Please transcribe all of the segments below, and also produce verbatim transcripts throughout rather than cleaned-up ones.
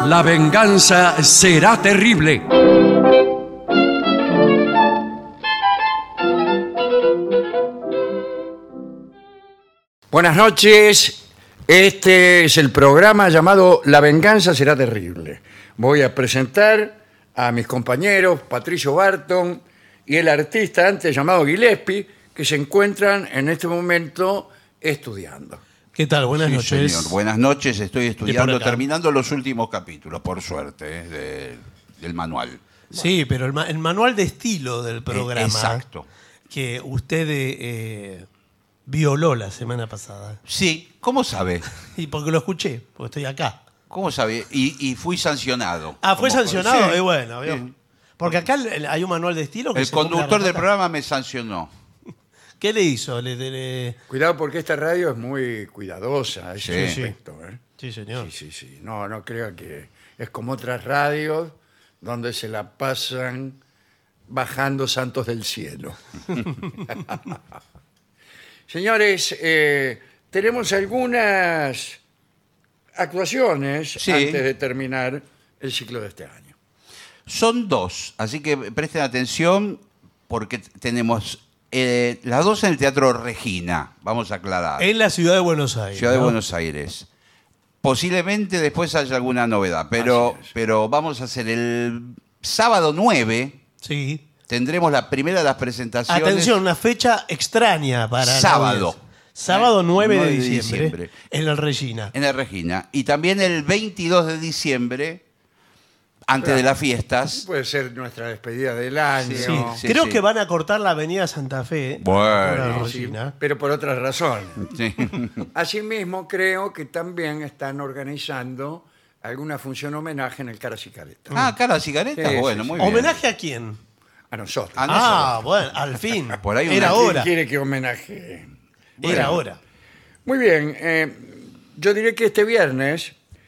La venganza será terrible. Buenas noches. Este es el programa llamado La venganza será terrible. Voy a presentar a mis compañeros Patricio Barton y el artista antes llamado Gillespie, que se encuentran en este momento estudiando. ¿Qué tal? Buenas Sí, noches. señor. Buenas noches, estoy estudiando, acá. terminando los últimos capítulos, por suerte, ¿eh? de- del manual. Sí, pero el, ma- el manual de estilo del programa. Eh, exacto. Que usted eh, violó la semana pasada. Sí, ¿cómo sabe? Y porque lo escuché, porque estoy acá. ¿Cómo sabe? Y, y fui sancionado. Ah, ¿fue Como- sancionado? Sí. Eh, bueno, ¿vio? Sí. Porque acá el- el- hay un manual de estilo que El se cumple conductor a del rajatabla. programa me sancionó. ¿Qué le hizo? Le, le- le- Cuidado porque esta radio es muy cuidadosa. Sí. Ese aspecto, ¿eh? Sí, señor. Sí, sí, sí. No, no crea que es como otras radios donde se la pasan bajando santos del cielo. Señores, eh, tenemos algunas actuaciones Sí. antes de terminar el ciclo de este año. Son dos, así que presten atención porque t- tenemos eh, las dos en el Teatro Regina, vamos a aclarar. En la ciudad de Buenos Aires. Ciudad de ¿no? Buenos Aires. Posiblemente después haya alguna novedad, pero, Así es. pero vamos a hacer el sábado nueve, Sí. tendremos la primera de las presentaciones. Atención, una fecha extraña para la Sábado. audiencia. Sábado nueve de nueve de diciembre, diciembre. en el Regina. En el Regina. Y también el veintidós de diciembre, antes de las fiestas. Puede ser nuestra despedida del año. Sí, Sí, creo sí. que van a cortar la avenida Santa Fe. Bueno. para el Sí, Regina. pero por otras razones. Sí. Asimismo, creo que también están organizando alguna función homenaje en el Caras y Caretas. Ah, cara cigareta. Sí, bueno, sí, muy sí. bien. ¿Homenaje a quién? A nosotros. A Ah, bueno, al fin. Por ahí una- Era ¿Quién hora. quiere que homenaje? Era hora. Muy bien. eh, yo diré que este viernes,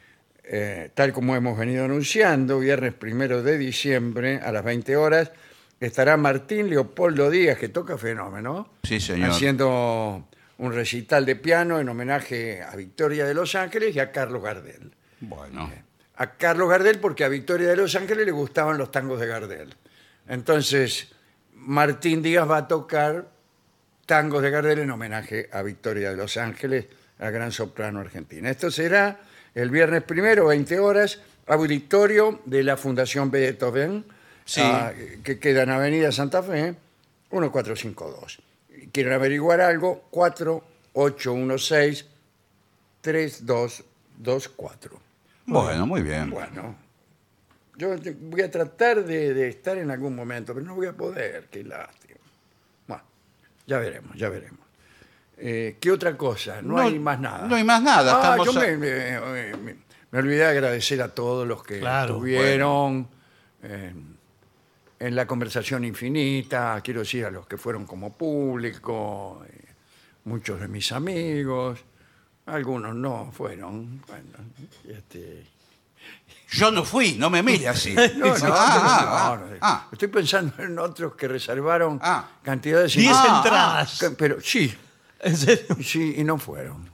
eh, tal como hemos venido anunciando, viernes primero de diciembre a las veinte horas, estará Martín Leopoldo Díaz, que toca fenómeno, Sí, señor. haciendo un recital de piano en homenaje a Victoria de Los Ángeles y a Carlos Gardel. Bueno. A Carlos Gardel porque a Victoria de Los Ángeles le gustaban los tangos de Gardel. Entonces, Martín Díaz va a tocar tangos de Gardel en homenaje a Victoria de Los Ángeles, la gran soprano argentina. Esto será el viernes primero, veinte horas, auditorio de la Fundación Beethoven, Sí. ah, que queda en Avenida Santa Fe, catorce cincuenta y dos. ¿Quieren averiguar algo? cuatro ocho uno seis tres dos dos cuatro. Bueno, muy bien. Bueno, yo te- voy a tratar de, de estar en algún momento, pero no voy a poder, qué lástima. Bueno, ya veremos, ya veremos. Eh, ¿Qué otra cosa? No, No, hay más nada. no hay más nada, Ah, estamos yo a- me, me- me- me olvidé de agradecer a todos los que Claro, estuvieron en, en la conversación infinita, quiero decir, a los que fueron como público, eh, muchos de mis amigos, algunos no fueron. Bueno, este, Yo no fui, no me mire así. no, no, Ah, no, ah, no, no. ah. Estoy pensando en otros que reservaron Ah. cantidades Diez Ah, entradas. Que- Pero sí, ¿En serio? sí, y no fueron.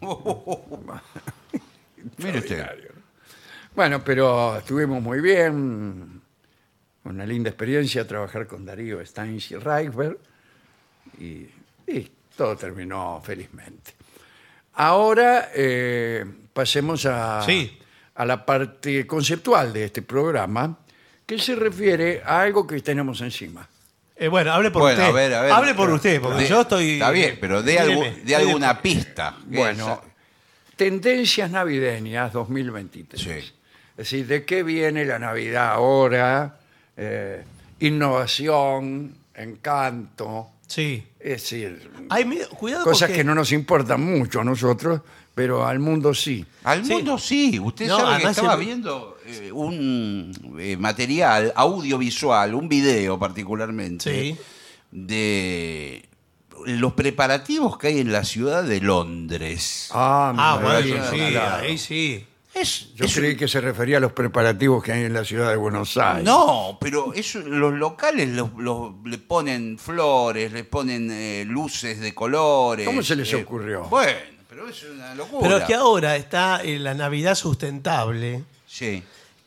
Mire usted. Extraordinario, ¿no? Bueno, pero estuvimos muy bien. Una linda experiencia trabajar con Darío Steins y Reichberg. Y, y todo terminó felizmente. Ahora eh, pasemos a, Sí. a la parte conceptual de este programa, que se refiere a algo que tenemos encima. Eh, bueno, hable por Bueno, usted. a ver, a ver. Hable por usted, porque De- yo estoy. Está bien, pero dé, Míreme, algo- dé míreme. alguna pista. Bueno, tendencias navideñas dos mil veintitrés. Sí. Es decir, ¿de qué viene la Navidad ahora? Eh, innovación, encanto, Sí. es decir, Ay, mira, cuidado cosas porque- que no nos importan mucho a nosotros, pero al mundo sí. Al Sí. mundo sí. Usted No, sabe que además estaba el- viendo eh, un eh, material audiovisual, un video particularmente, Sí. de los preparativos que hay en la ciudad de Londres. Ah, Ah, mira, bueno, eso, sí, claro. ahí sí. Es, Yo es creí que se refería a los preparativos que hay en la ciudad de Buenos Aires. No, pero eso, los locales los, los- le ponen flores, le ponen eh, luces de colores. ¿Cómo se les eh, ocurrió? Bueno, pero es una locura. Pero es que ahora está eh, la Navidad sustentable, Sí.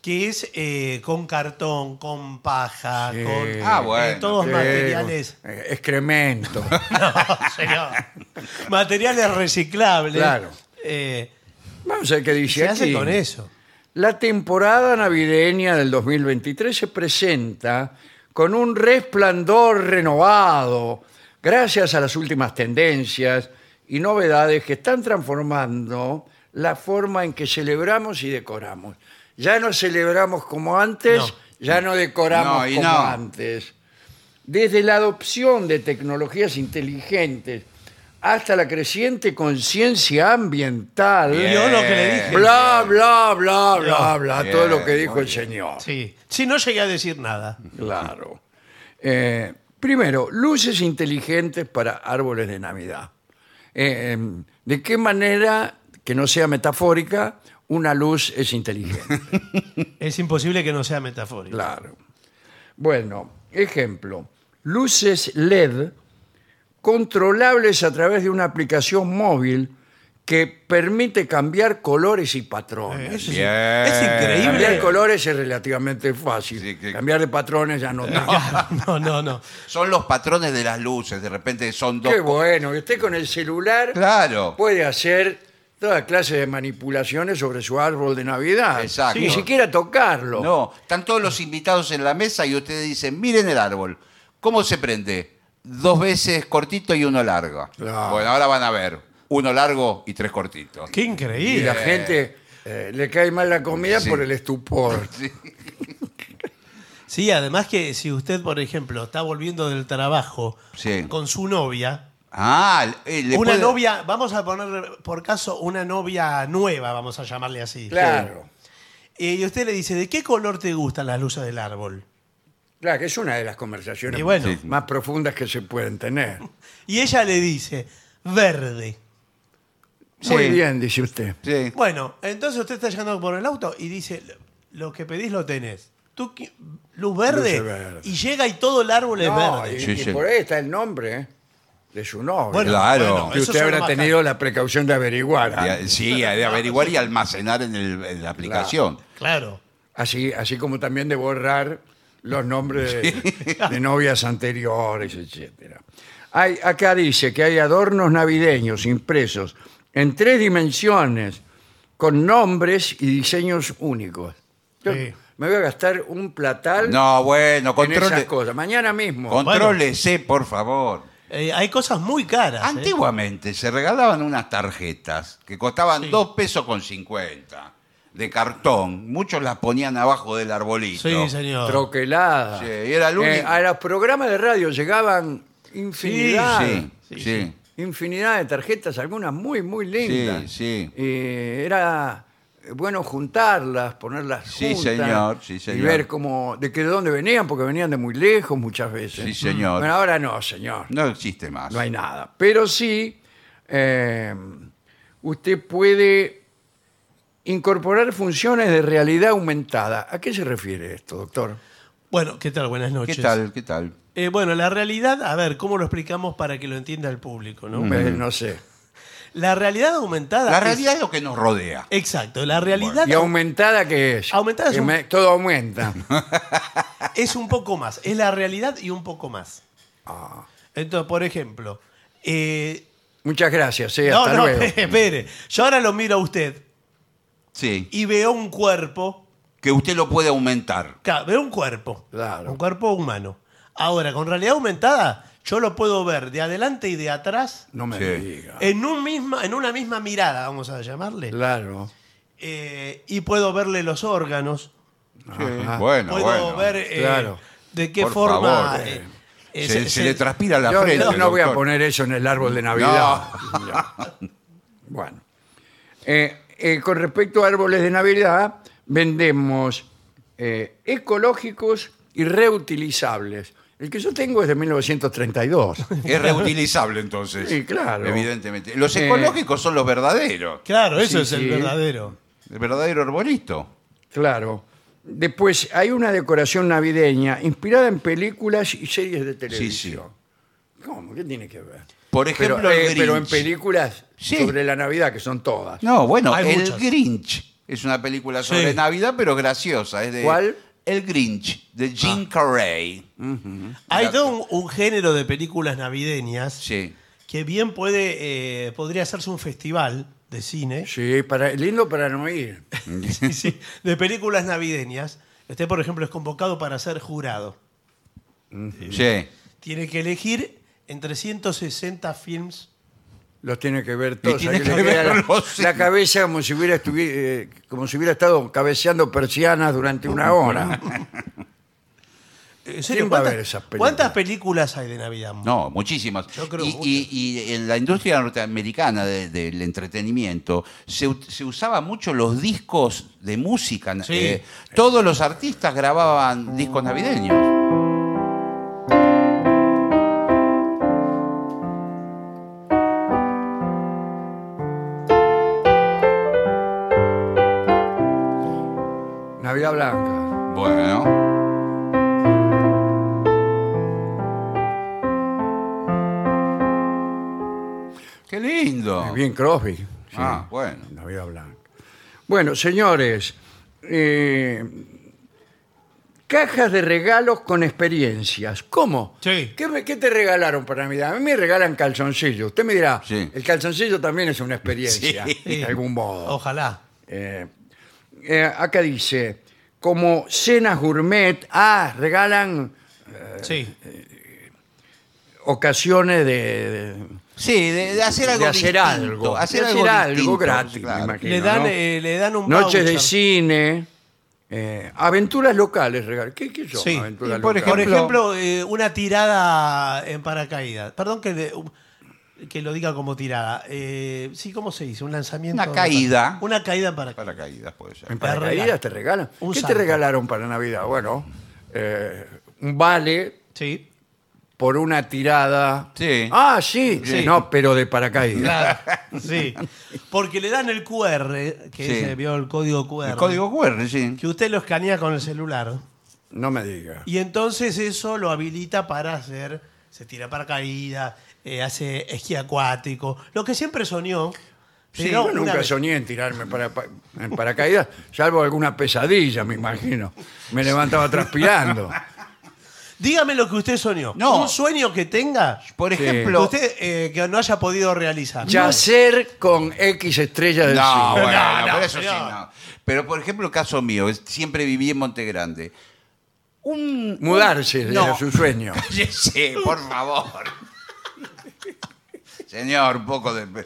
que es eh, con cartón, con paja, Sí. con Ah, bueno. eh, todos Sí, materiales. eh, excremento. No, señor. Materiales reciclables. Claro. Eh, Vamos a ver qué dice se aquí. hace con eso. La temporada navideña del dos mil veintitrés se presenta con un resplandor renovado, gracias a las últimas tendencias y novedades que están transformando la forma en que celebramos y decoramos. Ya no celebramos como antes, No. ya no decoramos No, y como no. antes. Desde la adopción de tecnologías inteligentes hasta la creciente conciencia ambiental, Bien. Yo lo que le dije. bla, bla, bla, bla, bla, Bien, todo lo que dijo muy el bien. señor. Sí. Sí, no llegué a decir nada. Claro. Eh, primero, luces inteligentes para árboles de Navidad. Eh, ¿De qué manera, que no sea metafórica, una luz es inteligente? Es imposible que no sea metafórico. Claro. Bueno, ejemplo, luces L E D controlables a través de una aplicación móvil que permite cambiar colores y patrones. Eh, eso es, Bien. es Cambiar increíble. colores es relativamente fácil. Sí, que- Cambiar de patrones ya no tanto. No, no, no. Son los patrones de las luces, de repente son dos. Qué co- bueno. Y usted con el celular Claro. puede hacer toda clase de manipulaciones sobre su árbol de Navidad. Exacto. Ni siquiera tocarlo. No, están todos los invitados en la mesa y ustedes dicen, miren el árbol. ¿Cómo se prende? Dos veces cortito y uno largo. Claro. Bueno, ahora van a ver. Uno largo y tres cortitos. Qué Y increíble. la gente eh, le cae mal la comida Sí. por el estupor. Sí, además que si usted, por ejemplo, está volviendo del trabajo Sí. con su novia, Ah, eh, le una puede- novia, vamos a poner por caso una novia nueva, vamos a llamarle así. Claro. Eh, y usted le dice, ¿de qué color te gustan las luces del árbol? Claro, que es una de las conversaciones Y bueno. Sí. más profundas que se pueden tener. Y ella le dice, verde. Muy Sí. bien, dice usted. Sí. Bueno, entonces usted está llegando por el auto y dice, lo que pedís lo tenés. Tú, qui- luz verde, Luz verde. y llega y todo el árbol es No, verde. y, Sí, y sí. por ahí está el nombre ¿eh? de su novio. Bueno, Claro. bueno, que eso usted son habrá más tenido la precaución de averiguar. ¿ah? De- Sí, de averiguar y almacenar en, el- en la aplicación. Claro. Así, así como también de borrar los nombres de, de novias anteriores, etcétera. Hay, acá dice que hay adornos navideños impresos en tres dimensiones con nombres y diseños únicos. Yo Sí. me voy a gastar un platal No, bueno, en esas controle, cosas. Mañana mismo. contrólese, por favor. Eh, hay cosas muy caras. ¿eh? Antiguamente se regalaban unas tarjetas que costaban Sí. dos pesos con cincuenta de cartón. Muchos las ponían abajo del arbolito. Sí, señor. Troquelada. Sí, y era el Eh, único- a los programas de radio llegaban infinidad, Sí, Sí, sí. infinidad de tarjetas, algunas muy, muy lindas. Sí, sí. Y era bueno juntarlas, ponerlas Sí, juntas. señor, sí, Y señor. ver cómo, de qué de dónde venían, porque venían de muy lejos muchas veces. Sí, señor. Bueno, ahora no, señor. No existe más. No hay nada. Pero sí, eh, usted puede incorporar funciones de realidad aumentada. ¿A qué se refiere esto, doctor? Bueno, ¿qué tal? Buenas noches. ¿Qué tal? ¿Qué tal? Eh, bueno, la realidad, a ver, ¿cómo lo explicamos para que lo entienda el público? ¿no? Eh, no sé. La realidad aumentada. La es- realidad es lo que nos rodea. Exacto, la realidad ¿Y aumentada qué es? Aumentada es Que un- me- todo aumenta. es un poco más. Es la realidad y un poco más. Ah. Entonces, por ejemplo, eh, Muchas gracias, eh, no, hasta no, luego. espere. Yo ahora lo miro a usted Sí. y veo un cuerpo. Que usted lo puede aumentar. Claro, veo un cuerpo. Claro. Un cuerpo humano. Ahora, con realidad aumentada, yo lo puedo ver de adelante y de atrás No me Sí. diga. en, un misma, en una misma mirada, vamos a llamarle. Claro. Eh, y puedo verle los órganos. Ajá. Bueno, puedo bueno. ver eh, Claro. de qué Por forma. favor. eh, eh, se, se le transpira la Yo, frente. yo no voy a doctor. poner eso en el árbol de Navidad. No. Bueno. Eh, eh, con respecto a árboles de Navidad, vendemos eh, ecológicos y reutilizables. El que yo tengo es de mil novecientos treinta y dos. Es reutilizable entonces. Sí, claro. Evidentemente. Los Eh, ecológicos son los verdaderos. Claro, eso Sí, es el sí. verdadero. El verdadero arbolito. Claro. Después hay una decoración navideña inspirada en películas y series de Sí, televisión. ¿Cómo? ¿Qué tiene que ver? Por Pero, ejemplo, eh, el pero en Grinch. películas Sí. sobre la Navidad, que son todas. No, bueno, Hay el muchas. Grinch. Es una película sobre Sí. Navidad, pero graciosa. Es de ¿Cuál? El Grinch, de Jim Carrey. Hay todo un, un género de películas navideñas Sí. que bien puede eh, podría hacerse un festival de cine Sí, para, lindo para no ir. sí, sí, de películas navideñas. Usted, por ejemplo, es convocado para ser jurado. Sí. Tiene que elegir entre ciento sesenta films. Los tiene que ver todos. tiene Aquí que le queda la, verlos, sí. la cabeza como si hubiera estuvi- eh, como si hubiera estado cabeceando persianas durante una hora. ¿En ¿Quién va a ver esas películas? ¿Cuántas películas hay de Navidad? No, muchísimas. Yo creo y, muchas. y- y en la industria norteamericana de- del entretenimiento se, u- se usaba mucho los discos de música. Sí. Eh, todos los artistas grababan discos navideños. Navidad Blanca. Bueno. Qué lindo. Bien Crosby. sí. Ah, bueno. Navidad Blanca. Bueno, señores, eh, cajas de regalos con experiencias. ¿Cómo? Sí. ¿Qué, me- qué te regalaron para Navidad? A mí me regalan calzoncillos. Usted me dirá, Sí. el calzoncillo también es una experiencia, Sí. de algún modo. Ojalá. Eh, eh, acá dice, como cenas gourmet, ah, regalan Sí. ocasiones de, de- Sí, de, de hacer algo de hacer distinto, algo. Hacer de algo, hacer algo distinto, gratis, claro. me imagino. Le dan, ¿no? eh, le dan un Noches de voucher. cine, eh, aventuras locales, regalan. ¿Qué, qué son Sí. aventuras Y por locales? Por ejemplo- ejemplo, eh, una tirada en paracaídas. Perdón que, le- que lo diga como tirada. Eh, sí, ¿cómo se dice? Un lanzamiento. Una caída. Una caída en paracaídas. Paracaídas puede ser. ¿En Te paracaídas regalan. te regalan? Un ¿Qué salto. te regalaron para Navidad? Bueno, eh, un vale Sí. por una tirada. Sí. Ah, sí. Sí. No, pero de paracaídas. Claro, sí. Porque le dan el Q R, que Sí. se vio el código Q R. El código Q R, sí. Que usted lo escanea con el celular. No me diga. Y entonces eso lo habilita para hacer, se tira paracaídas, eh, hace esquí acuático, lo que siempre soñó. Sí, pero yo una nunca vez- soñé en tirarme para, pa- en paracaídas, salvo alguna pesadilla, me imagino. Me levantaba transpirando. Dígame lo que usted soñó. No. Un sueño que tenga, Por Sí. que ejemplo. usted eh, que no haya podido realizar. Yacer con X estrellas del No, cine. bueno, No, no, por eso sí, señor. no. Pero por ejemplo, el caso mío, es- siempre viví en Monte Grande. Un, Mudarse un- era su sueño. Cállese, por favor. Señor, un poco de.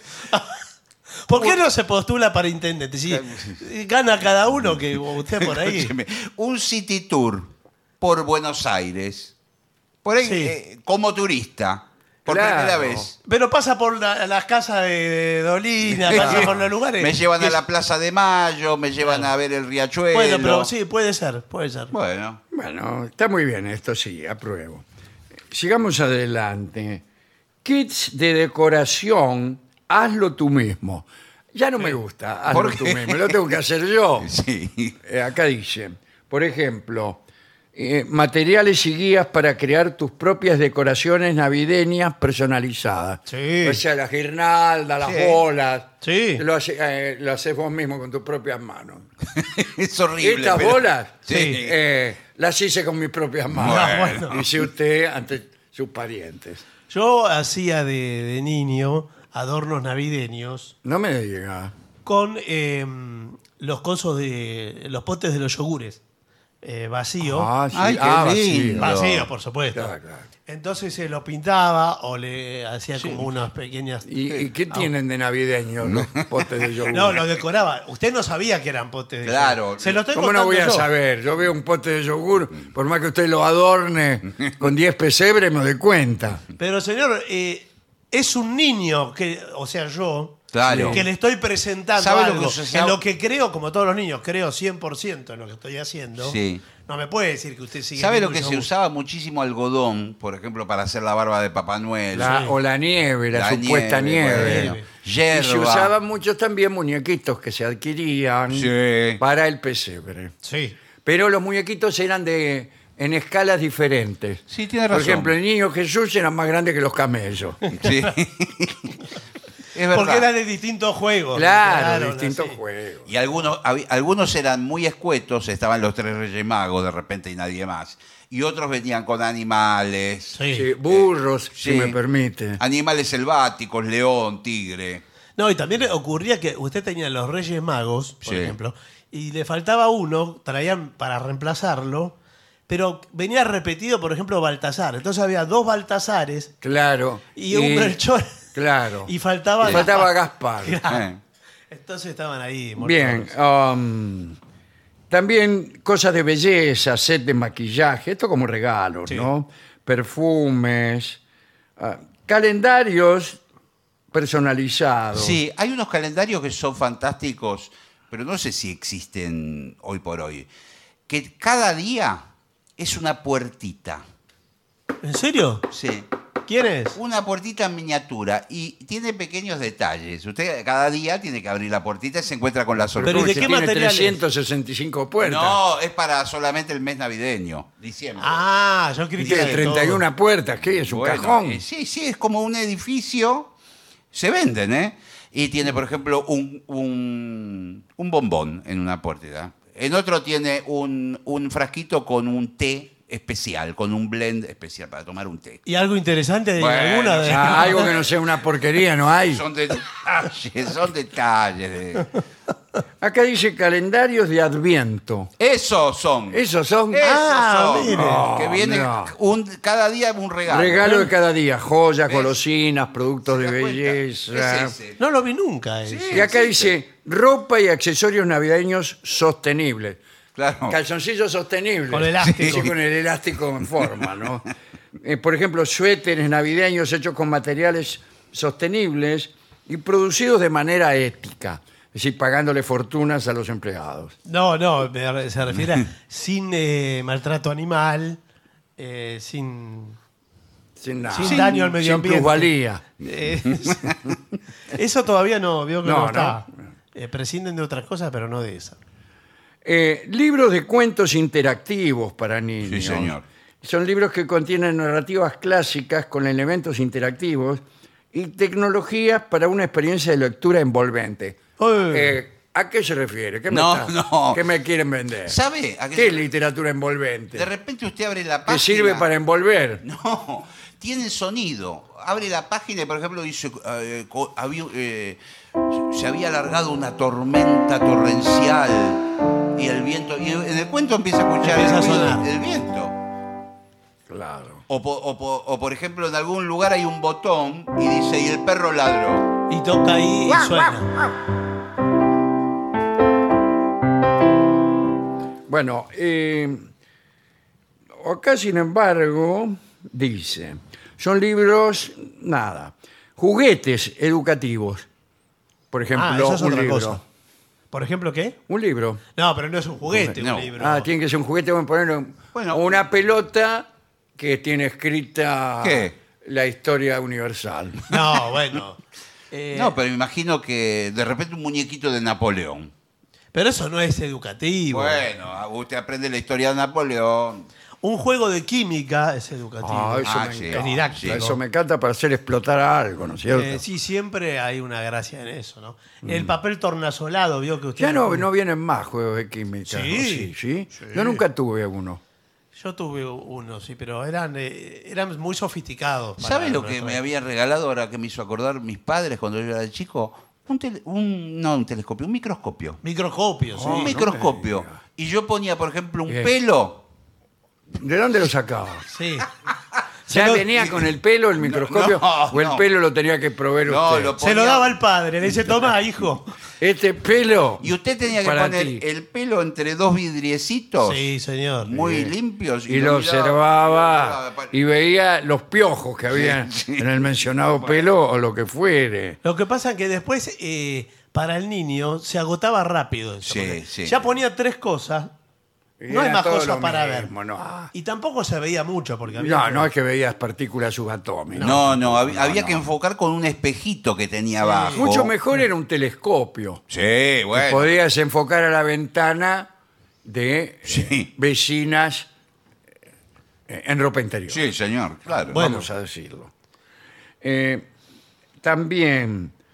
¿Por qué no se postula para intendente? Si gana cada uno que usted por ahí. Escúcheme, un city tour por Buenos Aires. Por ahí, Sí. eh, como turista. Por Claro. primera vez. Pero pasa por la- las casas de, de Dolina, pasa por los lugares. Me llevan que a es- la Plaza de Mayo, me llevan Claro. a ver el riachuelo. Bueno, pero sí, puede ser, puede ser. Bueno. Bueno, está muy bien esto, sí, apruebo. Sigamos adelante. Kits de decoración, hazlo tú mismo. Ya no me gusta, hazlo ¿Por tú qué? mismo, lo tengo que hacer yo. Sí. Eh, acá dice, por ejemplo, eh, materiales y guías para crear tus propias decoraciones navideñas personalizadas. Sí. O sea, las guirnaldas, las Sí. bolas. Sí. Lo, hace- eh, lo haces vos mismo con tus propias manos. Es horrible. Estas pero- bolas Sí. eh, las hice con mis propias manos. Ah, bueno. Dice usted ante sus parientes. Yo hacía de, de niño adornos navideños No me diga. con eh, los cosos de los potes de los yogures eh, vacío. Ah, sí. Ay, qué ah, lindo. vacío. Vacío, por supuesto. Claro, claro. Entonces se lo pintaba o le hacía como unas pequeñas. ¿Y, y qué tienen de navideño los potes de yogur? No, lo decoraba. Usted no sabía que eran potes de Claro. yogur. Se lo estoy ¿Cómo no voy a contando yo. saber? Yo veo un pote de yogur, por más que usted lo adorne con diez pesebres, me doy cuenta. Pero señor, eh, es un niño que, o sea, yo, Claro. que le estoy presentando ¿Sabe lo algo que se en llama? lo que creo, como todos los niños, creo cien por ciento en lo que estoy haciendo. Sí. No me puede decir que usted sigue. ¿Sabe lo viendo que se yogur. usaba muchísimo algodón, por ejemplo, para hacer la barba de Papá Noel? La- Sí. O la nieve, la, La supuesta nieve, nieve. bueno. Y Yerba. se usaban muchos también muñequitos que se adquirían Sí. para el pesebre. Sí. Pero los muñequitos eran de en escalas diferentes. Sí, tiene Por razón. ejemplo, el niño Jesús era más grande que los camellos. Sí. Es verdad. Porque eran de distintos juegos. Claro, Claro, distintos así. juegos. Y algunos, hab- algunos eran muy escuetos, estaban los tres Reyes Magos de repente y nadie más. Y otros venían con animales, Sí. Sí, burros, si sí. me permite. animales selváticos, león, tigre. No, y también ocurría que usted tenía los Reyes Magos, por Sí. ejemplo, y le faltaba uno, traían para reemplazarlo, pero venía repetido, por ejemplo, Baltasar. Entonces había dos Baltasares Claro. y un Melchor. Claro. Y faltaba Y faltaba Gaspar. Eh. Entonces estaban ahí. Bien. muertos. um, también cosas de belleza, set de maquillaje, esto como regalos, Sí. ¿no? Perfumes, ah, calendarios personalizados. Sí, hay unos calendarios que son fantásticos, pero no sé si existen hoy por hoy. Que cada día es una puertita. ¿En serio? Sí. ¿Quién es? Una puertita en miniatura y tiene pequeños detalles. Usted cada día tiene que abrir la puertita y se encuentra con la Pero ¿y sorpresa. de Si qué tiene material es? trescientas sesenta y cinco puertas. No, es para solamente el mes navideño, diciembre. Ah, yo Y creí que tiene era de treinta y todo. una puertas, ¿qué? Es un Bueno, cajón. eh, sí, sí, es como un edificio. Se venden, ¿eh? Y tiene, por ejemplo, un, un, un bombón en una puerta. En otro tiene un, un frasquito con un té especial, con un blend especial para tomar un té. ¿Y algo interesante de Bueno, alguna de Ah, algo que no sea una porquería, no hay. Son detalles, son detalles. de- Acá dice calendarios de Adviento. Esos son. Esos son Esos Ah, son. mire. Que vienen no. un, cada día un regalo. regalo de cada día, joyas, ¿Ves? golosinas, productos ¿Se de da cuenta? belleza. Es ese. No lo vi nunca. Eso. Sí. Y acá existe. dice ropa y accesorios navideños sostenibles. Claro. Calzoncillos sostenibles. Con elástico. Sí, con el elástico en forma, ¿no? Eh, por ejemplo, suéteres navideños hechos con materiales sostenibles y producidos de manera ética. Es decir, pagándole fortunas a los empleados. No, no, me re- se refiere a sin eh, maltrato animal, eh, sin, Sin nada. sin daño al medio Sin ambiente. plusvalía. Eh, eso todavía no, veo que No, no, no. está. Eh, prescinden de otras cosas, pero no de esa. Eh, libros de cuentos interactivos para niños. Sí, señor. Son libros que contienen narrativas clásicas con elementos interactivos y tecnologías para una experiencia de lectura envolvente. Uy. Eh, ¿A qué se refiere? ¿Qué me, No, está- no. ¿Qué me quieren vender? ¿Sabe? a qué ¿Qué se- es literatura envolvente? De repente usted abre la ¿Que página. sirve para envolver? No, tiene sonido. Abre la página y, por ejemplo, dice, eh, co- había, eh, se había alargado una tormenta torrencial y el viento. Y en el cuento empieza a escuchar Empieza el, a ruido sonar. del viento. Claro. O, po- o po- o, por ejemplo, en algún lugar hay un botón y dice, y el perro ladró. Y toca ahí y suena. Bueno, eh, acá sin embargo, dice, son libros, nada, juguetes educativos. Por ejemplo, Ah, eso es un otra libro. cosa. ¿Por ejemplo qué? Un libro. No, pero no es un juguete, No. un libro. Ah, tiene que ser un juguete, vamos a poner un- Bueno. una pelota que tiene escrita ¿Qué? la historia universal. No, bueno. Eh, No, pero me imagino que de repente un muñequito de Napoleón. pero eso no es educativo. Bueno, usted aprende la historia de Napoleón. Un juego de química es educativo. Ah, eso Ah, me sí. encanta. Es didáctico. Eso me encanta para hacer explotar algo, ¿no es cierto? Eh, sí, siempre hay una gracia en eso, ¿no? El papel tornasolado, vio que usted... Ya no, no vienen más juegos de química. Sí, ¿o sí? ¿Sí? sí. Yo nunca tuve uno. Yo tuve uno, sí, pero eran, eh, eran muy sofisticados. para ¿Sabe lo que nuestra me época. habían regalado ahora que me hizo acordar mis padres cuando yo era chico? Un, tele- un no un telescopio, un microscopio. Microscopios, sí. un no microscopio. me diga. Y yo ponía, por ejemplo, un Bien. pelo. ¿De dónde lo sacaba? Sí. ¿Ya Se lo- venía con el pelo el microscopio no, o el no. pelo lo tenía que proveer No, usted? lo Se lo ponía- daba al padre, le dice, toma, hijo. Este pelo Y usted tenía que para poner ti. el pelo entre dos vidriecitos Sí, señor. muy limpios. Y lo miraba- observaba miraba- y veía los piojos que había Sí, sí. en el mencionado pelo o lo que fuere. Lo que pasa es que después, eh, para el niño, se agotaba rápido eso. Sí, porque sí. Ya ponía tres cosas, Y no hay era más todo cosas lo para mismo, ver. No, Y tampoco se veía mucho, porque había... no, no es que veías partículas subatómicas. No, no, hab- había no. que enfocar con un espejito que tenía abajo. Mucho mejor era un telescopio. Sí, bueno. Podías enfocar a la ventana de eh, Sí. vecinas eh, en ropa interior. Sí, señor, claro. Bueno. Vamos a decirlo. Eh, también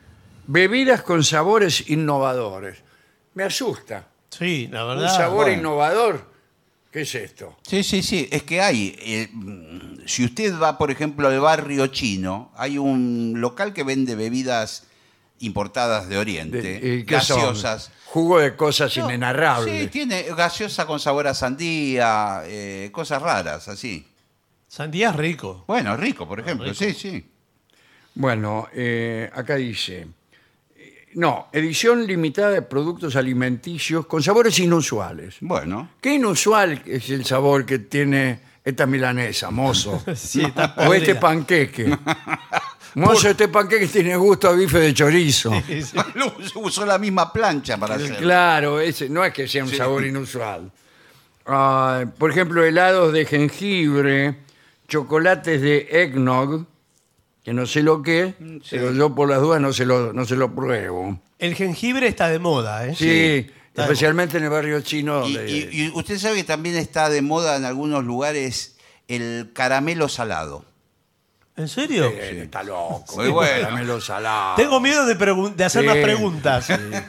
bebidas con sabores innovadores. Me asusta. Sí, la Un verdad. sabor bueno. innovador. ¿Qué es esto? Sí, sí, sí, es que hay. eh, mm, si usted va, por ejemplo, al barrio chino, hay un local que vende bebidas importadas de Oriente, De- ¿y qué son? gaseosas. Jugo de cosas No, inenarrables. Sí, tiene gaseosa con sabor a sandía, eh, cosas raras, así. Sandía es rico. Bueno, rico, por ejemplo, rico. sí, sí. Bueno, eh, acá dice, eh, no, edición limitada de productos alimenticios con sabores inusuales. Bueno. ¿Qué inusual es el sabor que tiene esta milanesa, mozo? Sí, está O este podrida. panqueque. Mozo, este panqueque tiene gusto a bife de chorizo. Sí, sí. Usó la misma plancha para hacerlo. Claro, ese, no es que sea un sabor inusual. Ah, por ejemplo, helados de jengibre, chocolates de eggnog, que no sé lo que es, pero yo por las dudas no se lo, no se lo pruebo. El jengibre está de moda, ¿eh? Sí, está de especialmente en el barrio chino. Y, donde- y- y usted sabe que también está de moda en algunos lugares el caramelo salado. ¿En serio? Eh, Está loco. Muy bueno. Caramelo salado. Tengo miedo de, pregun- de hacer Sí, más preguntas.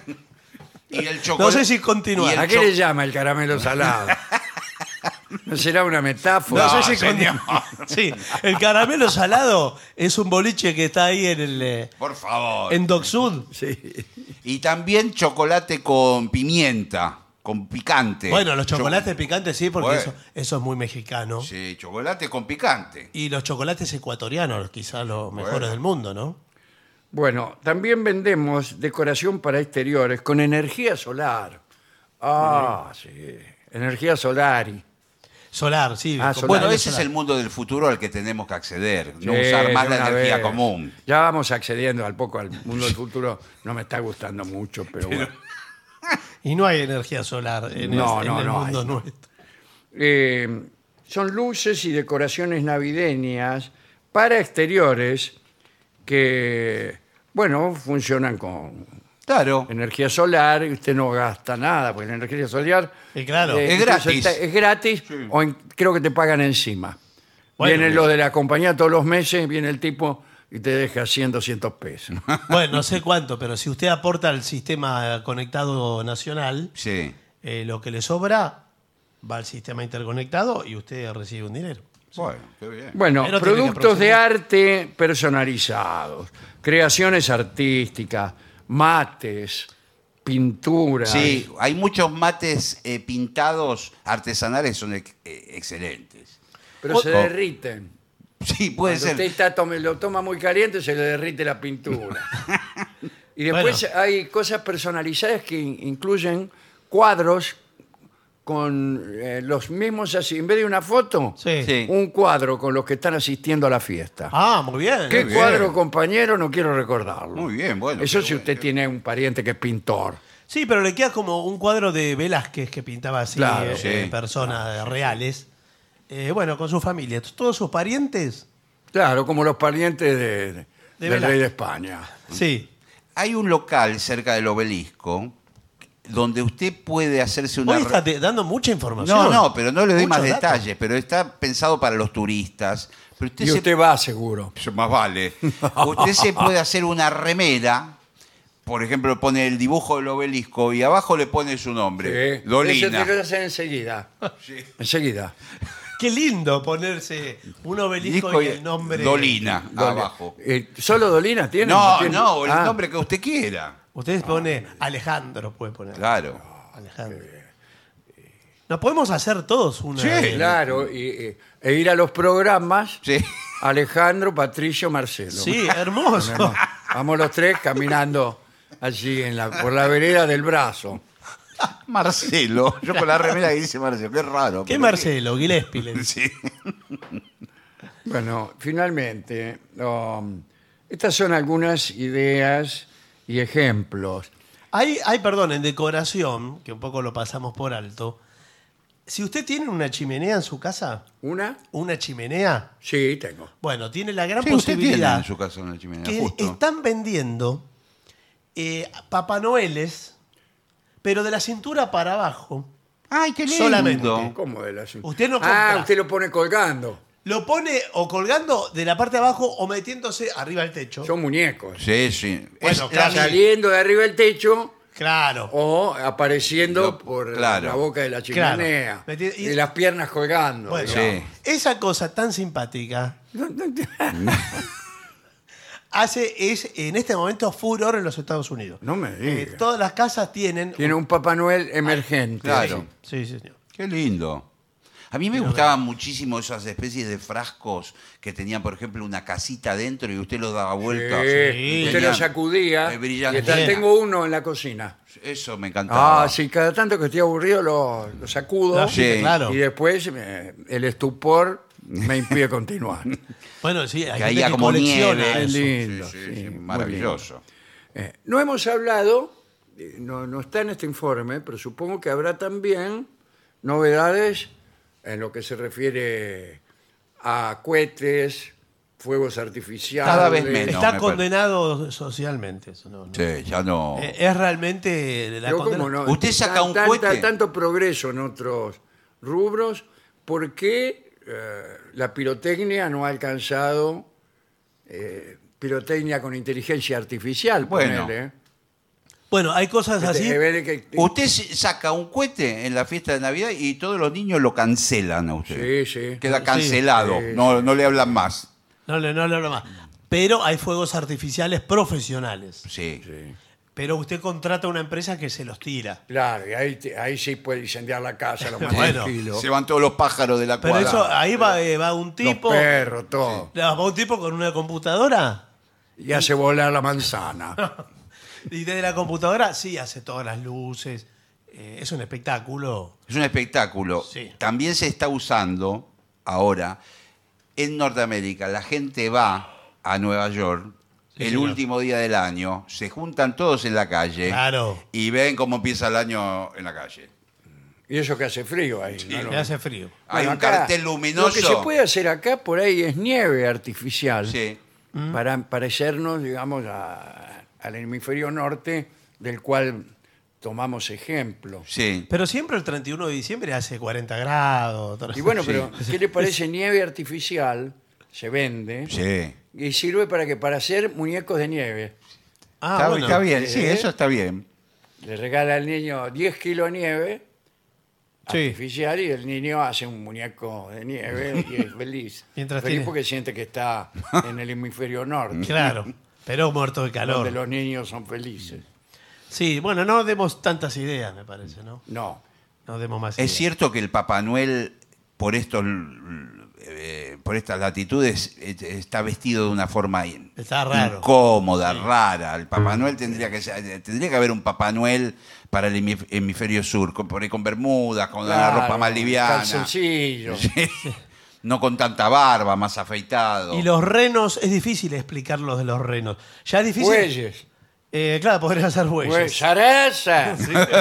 Y el No chocolate. sé si continuar. y el ¿A qué cho- le llama el caramelo salado? ¿No será una metáfora? No, No, sé si señor. continúa. Sí, el caramelo salado es un boliche que está ahí en el eh, Por favor. en Dock Sud. Sí. Y también chocolate con pimienta, con picante. Bueno, los Cho- chocolates picantes sí, porque Bueno. eso, eso es muy mexicano. Sí, chocolate con picante. Y los chocolates ecuatorianos, quizás los mejores Bueno. del mundo, ¿no? Bueno, también vendemos decoración para exteriores con energía solar. Ah, sí. Energía solari. Solar, sí. Ah, con solar. Bueno, paneles ese es solar. el mundo del futuro al que tenemos que acceder. No Sí, usar más de la una energía vez. común. Ya vamos accediendo al poco al mundo del futuro. No me está gustando mucho, pero bueno. Y no hay energía solar en, No, el, no, en el no mundo hay. nuestro. Eh, son luces y decoraciones navideñas para exteriores que, bueno, funcionan con Claro. energía solar y usted no gasta nada, porque la energía solar Y claro. Es incluso gratis. está- es gratis o en- creo que te pagan encima. Bueno, Vienen bien. los de la compañía todos los meses, viene el tipo y te deja cien, doscientos pesos. Bueno, no sé cuánto, pero si usted aporta al sistema conectado nacional, Sí. eh, lo que le sobra va al sistema interconectado y usted recibe un dinero. Bueno, qué bien. Bueno, Pero tiene que productos de aproximar. arte personalizados, creaciones artísticas, mates, pinturas. Sí, hay muchos mates eh, pintados artesanales, son ex- eh, excelentes. pero se Oh. derriten. Sí, puede Cuando usted ser. está tome- lo toma muy caliente, se le derrite la pintura. Y después Bueno. hay cosas personalizadas que in- incluyen cuadros con eh, los mismos así. En vez de una foto, Sí. Sí. un cuadro con los que están asistiendo a la fiesta. Ah, muy bien. ¿Qué bien. cuadro, compañero? No quiero recordarlo. Muy bien, bueno. Eso qué si bueno, usted qué- tiene un pariente que es pintor. Sí, pero le queda como un cuadro de Velázquez que pintaba así Claro, eh, sí. eh, personas reales. Eh, bueno, con su familia. Todos sus parientes. Claro, como los parientes de, de- del Velázquez. rey de España. Sí. Hay un local cerca del obelisco donde usted puede hacerse una... Hoy re- está te- dando mucha información. No, no, pero no le doy Muchos más datos. detalles, pero está pensado para los turistas. Pero usted Y se- usted va seguro. Más vale. Usted se puede hacer una remera, por ejemplo, pone el dibujo del obelisco y abajo le pone su nombre. Sí. Eso Dolina. te lo hacen enseguida. Enseguida. Qué lindo ponerse un obelisco Disco y el nombre. Dolina, Dolina. abajo. Eh, ¿Solo Dolina tiene? No, tiene? no, el Ah, nombre que usted quiera. Usted pone Alejandro, puede poner. Claro. Alejandro. Nos podemos hacer todos una. Sí, eh, Claro, y, y- e ir a los programas. Sí. Alejandro, Patricio, Marcelo. Sí, hermoso. Vamos, vamos los tres caminando allí en la, por la vereda del brazo. Marcelo. Yo con la remera que dice Marcelo. Qué raro. ¿Qué pero- Marcelo? Gillespie. Sí. Bueno, finalmente, um, estas son algunas ideas y ejemplos. Hay, hay, perdón, en decoración, que un poco lo pasamos por alto. Si usted tiene una chimenea en su casa, ¿Una? una chimenea, Sí, tengo. bueno, tiene la gran Sí, usted tiene posibilidad en su casa una chimenea, que justo. están vendiendo eh, Papá Noeles, pero de la cintura para abajo. Ay, qué lindo. Solamente. ¿Cómo de la cintura? Usted no Ah, compra. usted lo pone colgando. lo pone o colgando de la parte de abajo o metiéndose arriba del techo. Son muñecos. Sí, sí. Bueno, Es claro. la- Saliendo de arriba del techo Claro. o apareciendo Lo- por claro. la boca de la chimenea. Claro. Meti- y- Y, las piernas colgando. Bueno, Sí. esa cosa tan simpática hace es en este momento furor en los Estados Unidos. No me Eh, digas. todas las casas tienen. Tiene un Papá Noel emergente. Claro. Sí, sí, señor. Qué lindo. A mí me gustaban muchísimo esas especies de frascos que tenían, por ejemplo, una casita adentro y usted lo daba vuelta. Sí, Sí. usted lo Tenían- sacudía. eh, Y brillante. está- Bien. tengo uno en la cocina. Eso me encantaba. Ah, sí, cada tanto que estoy aburrido lo, lo sacudo. La agita, Sí. claro. Y después eh, el estupor me impide continuar. Bueno, sí, hay Caía gente que como colecciona nieve. Qué eso. lindo, Sí, sí, sí, muy maravilloso. Eh, no hemos hablado, eh, no, no está en este informe, pero supongo que habrá también novedades en lo que se refiere a cohetes, fuegos artificiales. Cada vez menos. Está me condenado socialmente eso, ¿no? no. Sí, ya no. Eh, Es realmente la Pero condena. ¿cómo no? Usted saca un Tan- cohete. Tanto progreso en otros rubros, ¿por qué eh, la pirotecnia no ha alcanzado eh, pirotecnia con inteligencia artificial? Bueno. ponele? Bueno, hay cosas Este, así. eh, ver que- Usted se- saca un cohete en la fiesta de Navidad y todos los niños lo cancelan a usted. Sí, sí. Queda Sí. cancelado. Sí, no, no le hablan más. No, le- no le hablo más. Pero hay fuegos artificiales profesionales. Sí. Sí. Pero usted contrata una empresa que se los tira. Claro, y ahí, te- ahí sí puede incendiar la casa, lo más Bueno. tranquilo. Se van todos los pájaros de la Pero cuadra. eso, ahí va, eh, va un Los tipo. perros, todo. Va un tipo con una computadora. Y hace volar la manzana. Y desde la computadora, sí, hace todas las luces. Eh, es un espectáculo. Es un espectáculo. Sí. También se está usando ahora en Norteamérica. La gente va a Nueva York Sí, el señor. último día del año, se juntan todos en la calle Claro. y ven cómo empieza el año en la calle. Y eso que hace frío ahí. ¿no? Le hace frío. Hay Bueno, un acá, cartel luminoso. Lo que se puede hacer acá por ahí es nieve artificial. Sí. Para parecernos, digamos, a- al hemisferio norte, del cual tomamos ejemplo. Sí. Pero siempre el treinta y uno de diciembre hace cuarenta grados. Y bueno, Sí. pero ¿qué le parece nieve artificial? Se vende Sí. y sirve para que para hacer muñecos de nieve. Ah, está, bueno. está bien, sí, ¿Eh? eso está bien. Le regala al niño diez kilos de nieve Sí. artificial y el niño hace un muñeco de nieve y es feliz. Mientras feliz tiene- porque siente que está en el hemisferio norte, Claro. Pero muerto de calor. donde los niños son felices. Sí, bueno, no demos tantas ideas, me parece, ¿no? No. No demos más Es ideas. cierto que el Papá Noel, por estos, eh, por estas latitudes, eh, está vestido de una forma in- Está raro. incómoda, rara. El Papá Noel tendría que ser- eh, tendría que haber un Papá Noel para el hemif- hemisferio sur, con, por ahí con bermudas, con la Claro, ropa más liviana. Calzoncillos. No con tanta barba, más afeitado. Y los renos, es difícil explicarlos de los renos. Ya es difícil. Bueyes. Eh, claro, podrían ser bueyes. Bueyes. ¡Zareza!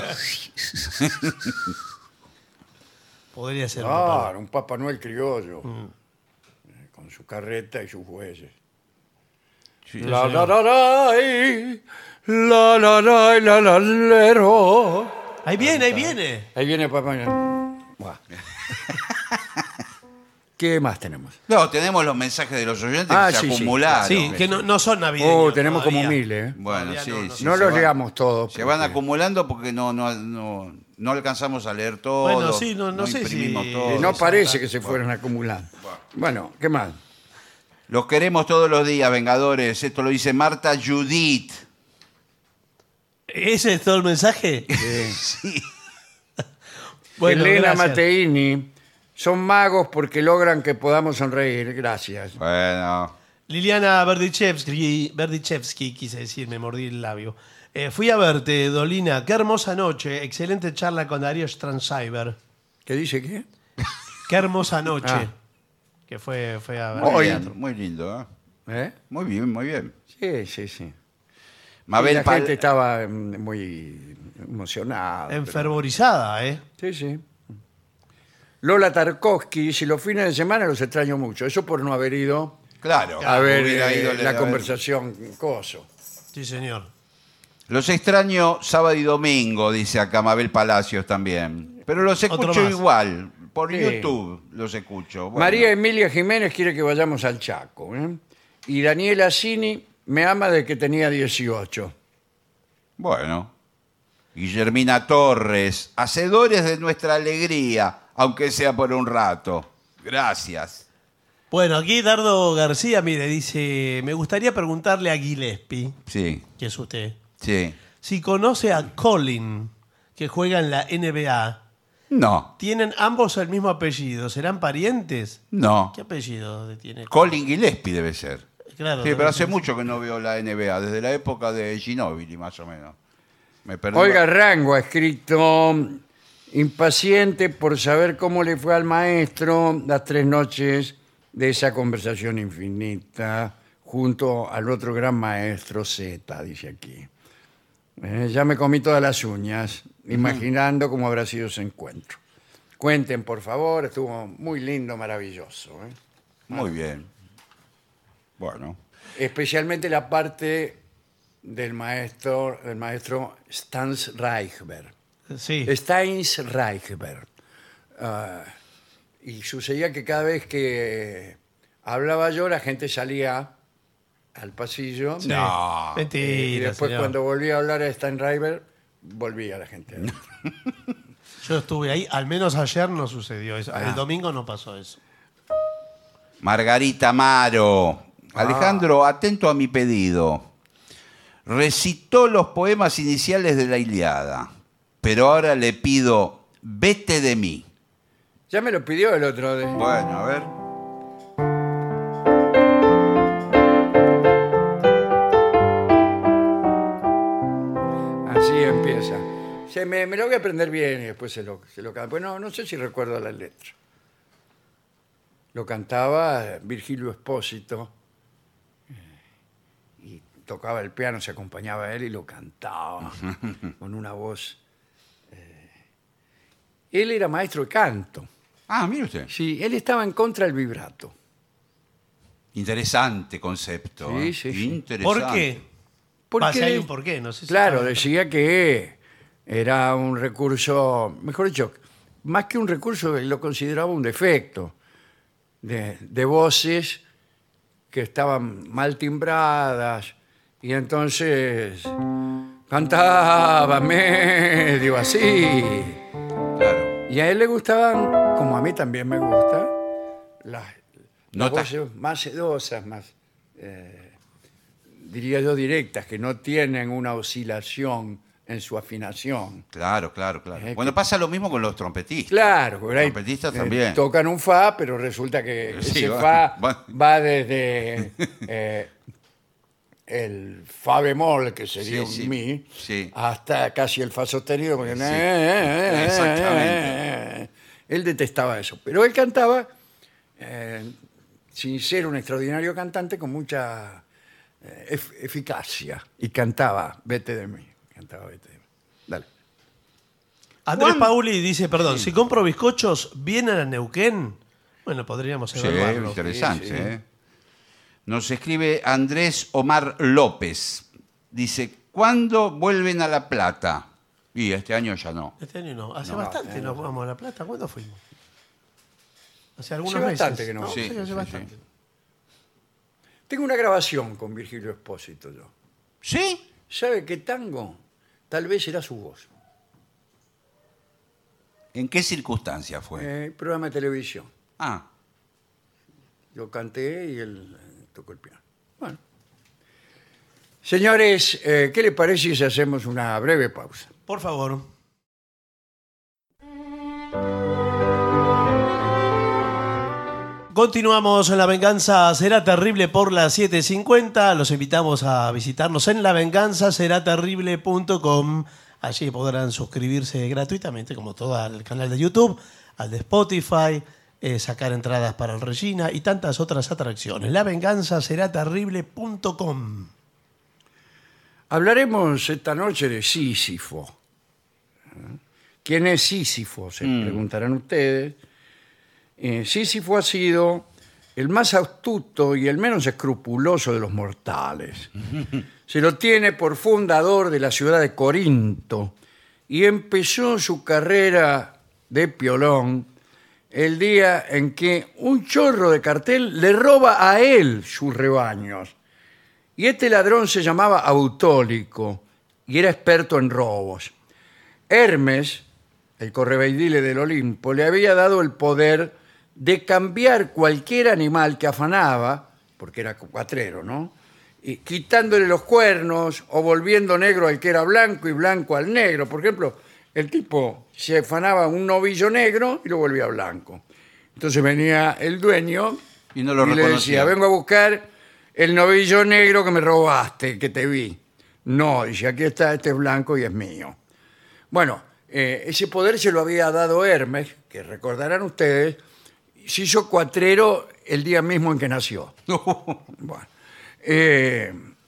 Podría ser. un Claro, un Papá Noel criollo. Mm. Eh, Con su carreta y sus bueyes. Sí. La la la la y, la la la y, la la lero. papá. Ahí viene, ahí viene. Ahí viene Papá Noel. Buah. ¿Qué más tenemos? No, tenemos los mensajes de los oyentes Ah, que se sí, sí. acumularon. Sí, que no, no son navideños. Oh, tenemos como todavía. mil, ¿eh? Bueno, Todavía sí, no, no sí, No se los van- leamos todos. Se van porque- acumulando porque no, no, no, no alcanzamos a leer todo. Bueno, sí, no- no sé imprimimos si- todo. Eh, no Eso, parece claro. que se fueron acumulando. Bueno, ¿qué más? Los queremos todos los días, Vengadores. Esto lo dice Marta Judith. ¿Ese es todo el mensaje? Sí. Bueno, Elena gracias. Mateini. Son magos porque logran que podamos sonreír. Gracias. Bueno. Liliana Berdichevsky, Berdichevsky, quise decir, me mordí el labio. Eh, fui a verte, Dolina. Qué hermosa noche. Excelente charla con Darío Strandcyber. ¿Qué dice qué? Qué hermosa noche. Ah. Que fue, fue a ver. Muy Hoy- bien, muy lindo. ¿eh? ¿Eh? Muy bien, muy bien. Sí, sí, sí. Mabel Y la Pal- gente estaba mm, muy emocionada. pero- Enfervorizada, ¿eh? Sí, sí. Lola Tarkovsky, si los fines de semana los extraño mucho. Eso por no haber ido Claro. a ver hubiera eh, ido a la ver- conversación coso. Sí, señor. Los extraño sábado y domingo, dice acá Mabel Palacios también. Pero los Otro escucho más. igual. por Sí. YouTube los escucho. Bueno. María Emilia Jiménez quiere que vayamos al Chaco. ¿eh? Y Daniela Cini me ama desde que tenía dieciocho. Bueno. Guillermina Torres, hacedores de nuestra alegría, aunque sea por un rato. Gracias. Bueno, aquí Dardo García, mire, dice, me gustaría preguntarle a Gillespie, Sí, que es usted, sí. si conoce a Colin, que juega en la N B A. No, Tienen ambos el mismo apellido, ¿serán parientes? no. ¿Qué apellido tiene? Colin Gillespie debe ser. Claro, Sí, no, pero hace no sé. mucho que no veo la N B A, desde la época de Ginóbili, más o menos. Me perdí. Olga Rango ha escrito, impaciente por saber cómo le fue al maestro las tres noches de esa conversación infinita junto al otro gran maestro Z, dice aquí. Eh, ya me comí todas las uñas, imaginando cómo habrá sido ese encuentro. Cuenten, por favor, estuvo muy lindo, maravilloso. ¿eh? Muy bien. Bueno. Especialmente la parte del maestro, del maestro Stans Reichberg. Sí, Steins Reichberg. Ah, y sucedía que cada vez que hablaba yo, la gente salía al pasillo. sí. No. Mentira, Y después, señor. cuando volvía a hablar a Stein Reichberg, volvía la gente. Yo estuve ahí, al menos ayer no sucedió eso. Ah. El domingo no pasó eso. Margarita Amaro. Alejandro, atento a mi pedido. Recitó los poemas iniciales de la Ilíada, pero ahora le pido Vete de mí. Ya me lo pidió el otro. De... Bueno, a ver. Así empieza. Se me, me lo voy a aprender bien y después se lo, se lo canta. Pues no, no sé si recuerdo la letra. Lo cantaba Virgilio Espósito eh, y tocaba el piano, se acompañaba a él y lo cantaba con una voz. eh. Él era maestro de canto. Ah, mire usted. Sí, él estaba en contra del vibrato. Interesante concepto. Sí, ¿eh? sí, sí. Interesante. ¿Por qué? Porque Ah, si hay un porqué, no sé si Claro, sabe. decía que era un recurso, mejor dicho, más que un recurso, él lo consideraba un defecto de, de voces que estaban mal timbradas y entonces cantaba medio así. Claro. Y a él le gustaban, como a mí también me gusta, las, las Notas. voces más sedosas, más, eh, diría yo, directas, que no tienen una oscilación en su afinación. Claro, claro, claro. Eh, Bueno, que- pasa lo mismo con los trompetistas. Claro, por ahí, Trompetistas eh, también. tocan un fa, pero resulta que Sí, ese va- fa va- va desde eh, el fa bemol, que sería Sí, sí, un mi, sí. hasta casi el fa sostenido. Porque, Sí, eh, eh, eh, exactamente. eh, eh. Él detestaba eso, pero él cantaba, eh, sin ser un extraordinario cantante, con mucha eh, ef- eficacia. Y cantaba, vete de mí. Cantaba, vete de mí. Dale. Andrés Juan- Pauli dice, perdón, si compro bizcochos, ¿vienen a Neuquén? Bueno, podríamos Sí, evaluarlo. interesante. Sí, sí. ¿eh? Nos escribe Andrés Omar López. Dice, ¿cuándo vuelven a La Plata? Y este año ya no. Este año no. Hace No, bastante eh, nos vamos a La Plata. ¿Cuándo fuimos? Hace algunos Hace meses. bastante que no. Sí, Sí, hace sí, bastante. sí. Tengo una grabación con Virgilio Espósito yo. ¿Sí? ¿Sabe qué tango? Tal vez era su voz. ¿En qué circunstancia fue? Eh, programa de televisión. Ah, Yo canté y él eh, tocó el piano. Bueno. Señores, eh, ¿qué le parece si hacemos una breve pausa? Por favor. Continuamos en La Venganza Será Terrible por las siete cincuenta. Los invitamos a visitarnos en la venganza será terrible punto com. Allí podrán suscribirse gratuitamente, como todo, al canal de YouTube, al de Spotify, eh, sacar entradas para el Regina y tantas otras atracciones. la venganza será terrible punto com. Hablaremos esta noche de Sísifo. ¿Eh? ¿Quién es Sísifo? Se preguntarán ustedes. Eh, Sísifo ha sido el más astuto y el menos escrupuloso de los mortales. Se lo tiene por fundador de la ciudad de Corinto y empezó su carrera de piolón el día en que un chorro de cartel le roba a él sus rebaños. Y este ladrón se llamaba Autólico y era experto en robos. Hermes, el correveidile del Olimpo, le había dado el poder de cambiar cualquier animal que afanaba, porque era cuatrero, ¿no? Y quitándole los cuernos o volviendo negro al que era blanco y blanco al negro. Por ejemplo, el tipo se afanaba un novillo negro y lo volvía blanco. Entonces venía el dueño Y no lo y le reconocía. decía, vengo a buscar el novillo negro que me robaste, que te vi. No, dice, aquí está, este es blanco y es mío. Bueno, eh, ese poder se lo había dado Hermes, que recordarán ustedes, se hizo cuatrero el día mismo en que nació. Bueno, eh,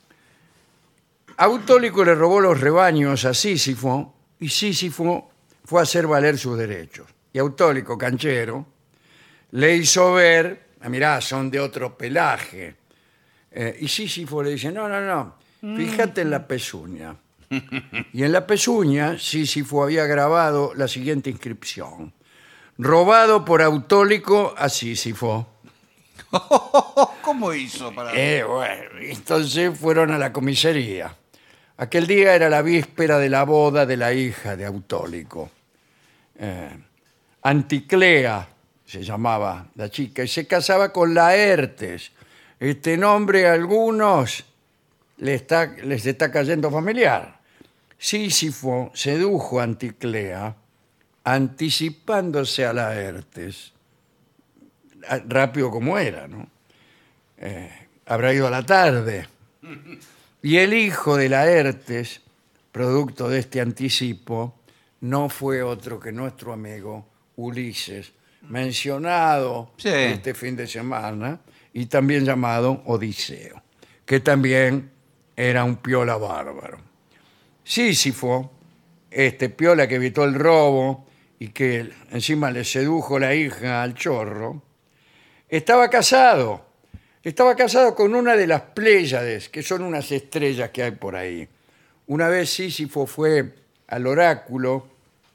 Autólico le robó los rebaños a Sísifo y Sísifo fue a hacer valer sus derechos. Y Autólico, canchero, le hizo ver, ah, mirá, son de otro pelaje. Eh, y Sísifo le dice, no, no, no, fíjate en la pezuña. Y en la pezuña Sísifo había grabado la siguiente inscripción. Robado por Autólico a Sísifo. ¿Cómo hizo para...? Eh, bueno, entonces fueron a la comisaría. Aquel día era la víspera de la boda de la hija de Autólico. Eh, Anticlea se llamaba la chica y se casaba con Laertes. Este nombre a algunos les está, les está cayendo familiar. Sísifo sedujo a Anticlea anticipándose a Laertes. Rápido como era, ¿no? Eh, habrá ido a la tarde. Y el hijo de Laertes, producto de este anticipo, no fue otro que nuestro amigo Ulises, mencionado Sí. este fin de semana y también llamado Odiseo, que también era un piola bárbaro. Sísifo, este piola que evitó el robo y que encima le sedujo la hija al chorro, estaba casado. Estaba casado con una de las Pléyades, que son unas estrellas que hay por ahí. Una vez Sísifo fue al oráculo,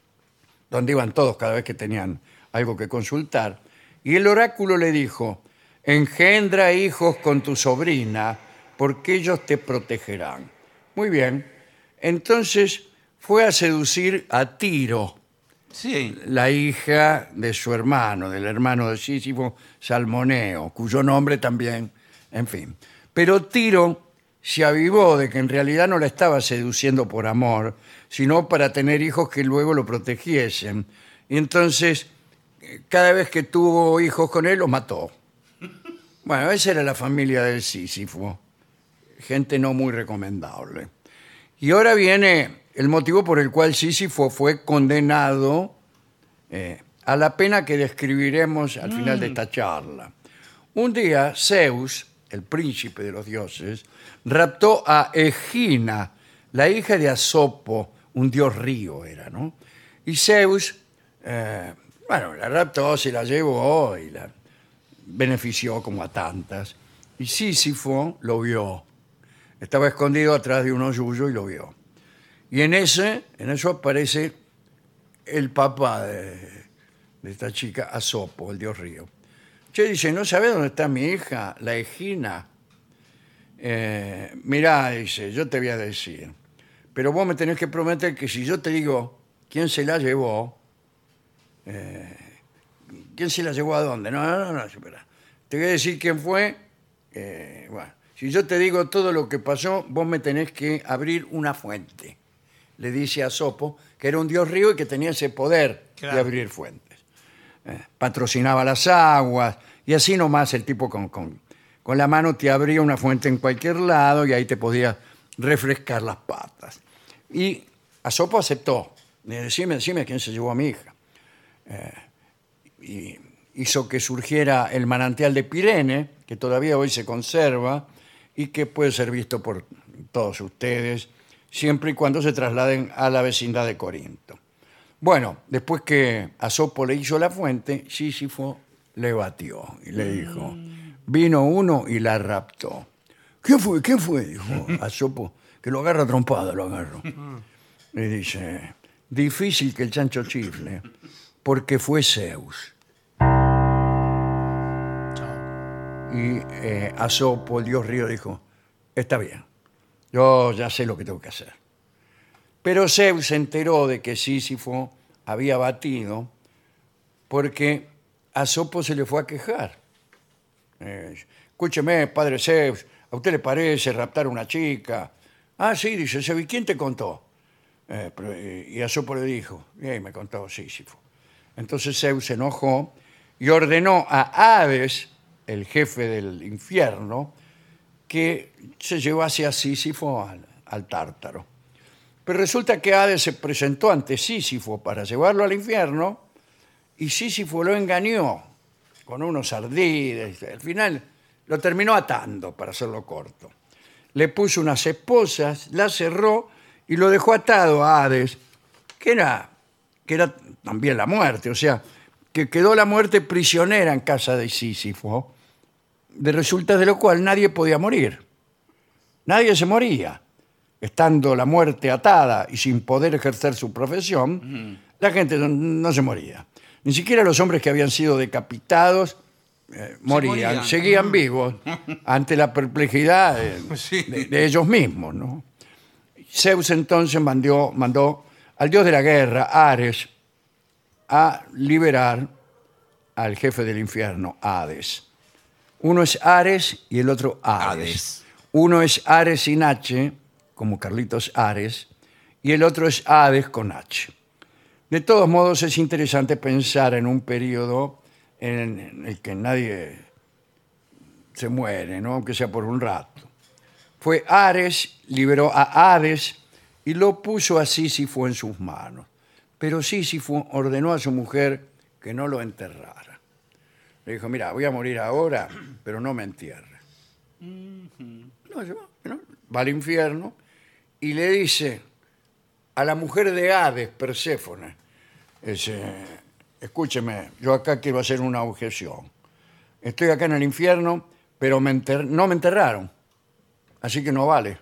donde iban todos cada vez que tenían algo que consultar, y el oráculo le dijo, engendra hijos con tu sobrina, porque ellos te protegerán. Muy bien. Entonces fue a seducir a Tiro, Sí. la hija de su hermano, del hermano de Sísifo, Salmoneo, cuyo nombre también, en fin. Pero Tiro se avivó de que en realidad no la estaba seduciendo por amor, sino para tener hijos que luego lo protegiesen. Y entonces, cada vez que tuvo hijos con él, los mató. Bueno, esa era la familia del Sísifo. Gente no muy recomendable. Y ahora viene el motivo por el cual Sísifo fue condenado eh, a la pena que describiremos al final de esta charla. Un día, Zeus, el príncipe de los dioses, raptó a Egina, la hija de Asopo, un dios río era, ¿no? Y Zeus, eh, bueno, la raptó, se la llevó y la benefició como a tantas. Y Sísifo lo vio. Estaba escondido atrás de unos yuyos y lo vio. Y en ese, en eso aparece el papá de, de esta chica, Asopo, el dios río. Che, dice, ¿no sabes dónde está mi hija, la Egina? Eh, mirá, dice, yo te voy a decir. Pero vos me tenés que prometer que si yo te digo quién se la llevó, eh, ¿quién se la llevó a dónde? No, no, no, no, espera. Te voy a decir quién fue. Eh, bueno, si yo te digo todo lo que pasó, vos me tenés que abrir una fuente. Le dice a Asopo que era un dios río y que tenía ese poder Claro. de abrir fuentes. Eh, patrocinaba las aguas y así nomás el tipo con, con, con la mano te abría una fuente en cualquier lado y ahí te podía refrescar las patas. Y Asopo aceptó. Decime, decime quién se llevó a mi hija. Eh, y hizo que surgiera el manantial de Pirene, que todavía hoy se conserva y que puede ser visto por todos ustedes, siempre y cuando se trasladen a la vecindad de Corinto. Bueno, después que Asopo le hizo la fuente, Sísifo le batió y le dijo, vino uno y la raptó. ¿Qué fue? ¿Qué fue? Dijo Asopo, que lo agarra trompada, lo agarro. Le dice, difícil que el chancho chifle, porque fue Zeus. Y eh, Asopo, el dios río, dijo, está bien, yo ya sé lo que tengo que hacer. Pero Zeus se enteró de que Sísifo había batido porque Asopo se le fue a quejar. Eh, Escúcheme, padre Zeus, ¿a usted le parece raptar a una chica? Ah, sí, dice Zeus, ¿y quién te contó? Eh, pero, eh, y Asopo le dijo, y me contó Sísifo. Entonces Zeus se enojó y ordenó a Hades, el jefe del infierno, que se llevase a Sísifo al, al Tártaro. Pero resulta que Hades se presentó ante Sísifo para llevarlo al infierno y Sísifo lo engañó con unos ardides. Al final lo terminó atando, para hacerlo corto. Le puso unas esposas, la cerró y lo dejó atado a Hades, que era, que era también la muerte. O sea, que quedó la muerte prisionera en casa de Sísifo, de resultas de lo cual nadie podía morir. Nadie se moría. Estando la muerte atada y sin poder ejercer su profesión, uh-huh. la gente no, no se moría. Ni siquiera los hombres que habían sido decapitados eh, morían, morían, seguían uh-huh. vivos ante la perplejidad de, sí. de, de ellos mismos, ¿no? Zeus entonces mandó, mandó al dios de la guerra, Ares, a liberar al jefe del infierno, Hades. Uno es Ares y el otro Hades. Hades. Uno es Ares sin H, como Carlitos Ares, y el otro es Hades con H. De todos modos, es interesante pensar en un periodo en el que nadie se muere, ¿no? Aunque sea por un rato. Fue Ares, liberó a Hades y lo puso a Sísifo en sus manos. Pero Sísifo ordenó a su mujer que no lo enterrara. Le dijo, mira, voy a morir ahora, pero no me entierres. No, no, va al infierno y le dice a la mujer de Hades, Perséfone, dice, escúcheme, yo acá quiero hacer una objeción. Estoy acá en el infierno, pero me enter- no me enterraron, así que no vale.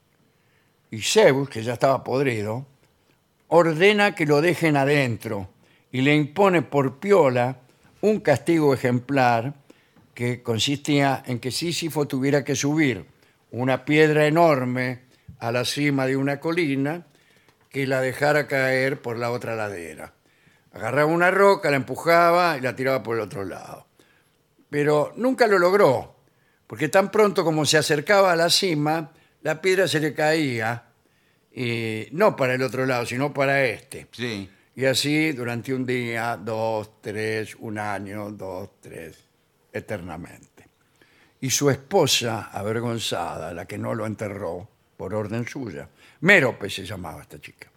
Y Zeus, que ya estaba podrido, ordena que lo dejen adentro y le impone por piola un castigo ejemplar que consistía en que Sísifo tuviera que subir una piedra enorme a la cima de una colina que la dejara caer por la otra ladera. Agarraba una roca, la empujaba y la tiraba por el otro lado. Pero nunca lo logró, porque tan pronto como se acercaba a la cima, la piedra se le caía, y no para el otro lado, sino para este. Sí. Y así durante un día, dos, tres, un año, dos, tres, eternamente. Y su esposa, avergonzada, la que no lo enterró por orden suya, Mérope se llamaba esta chica,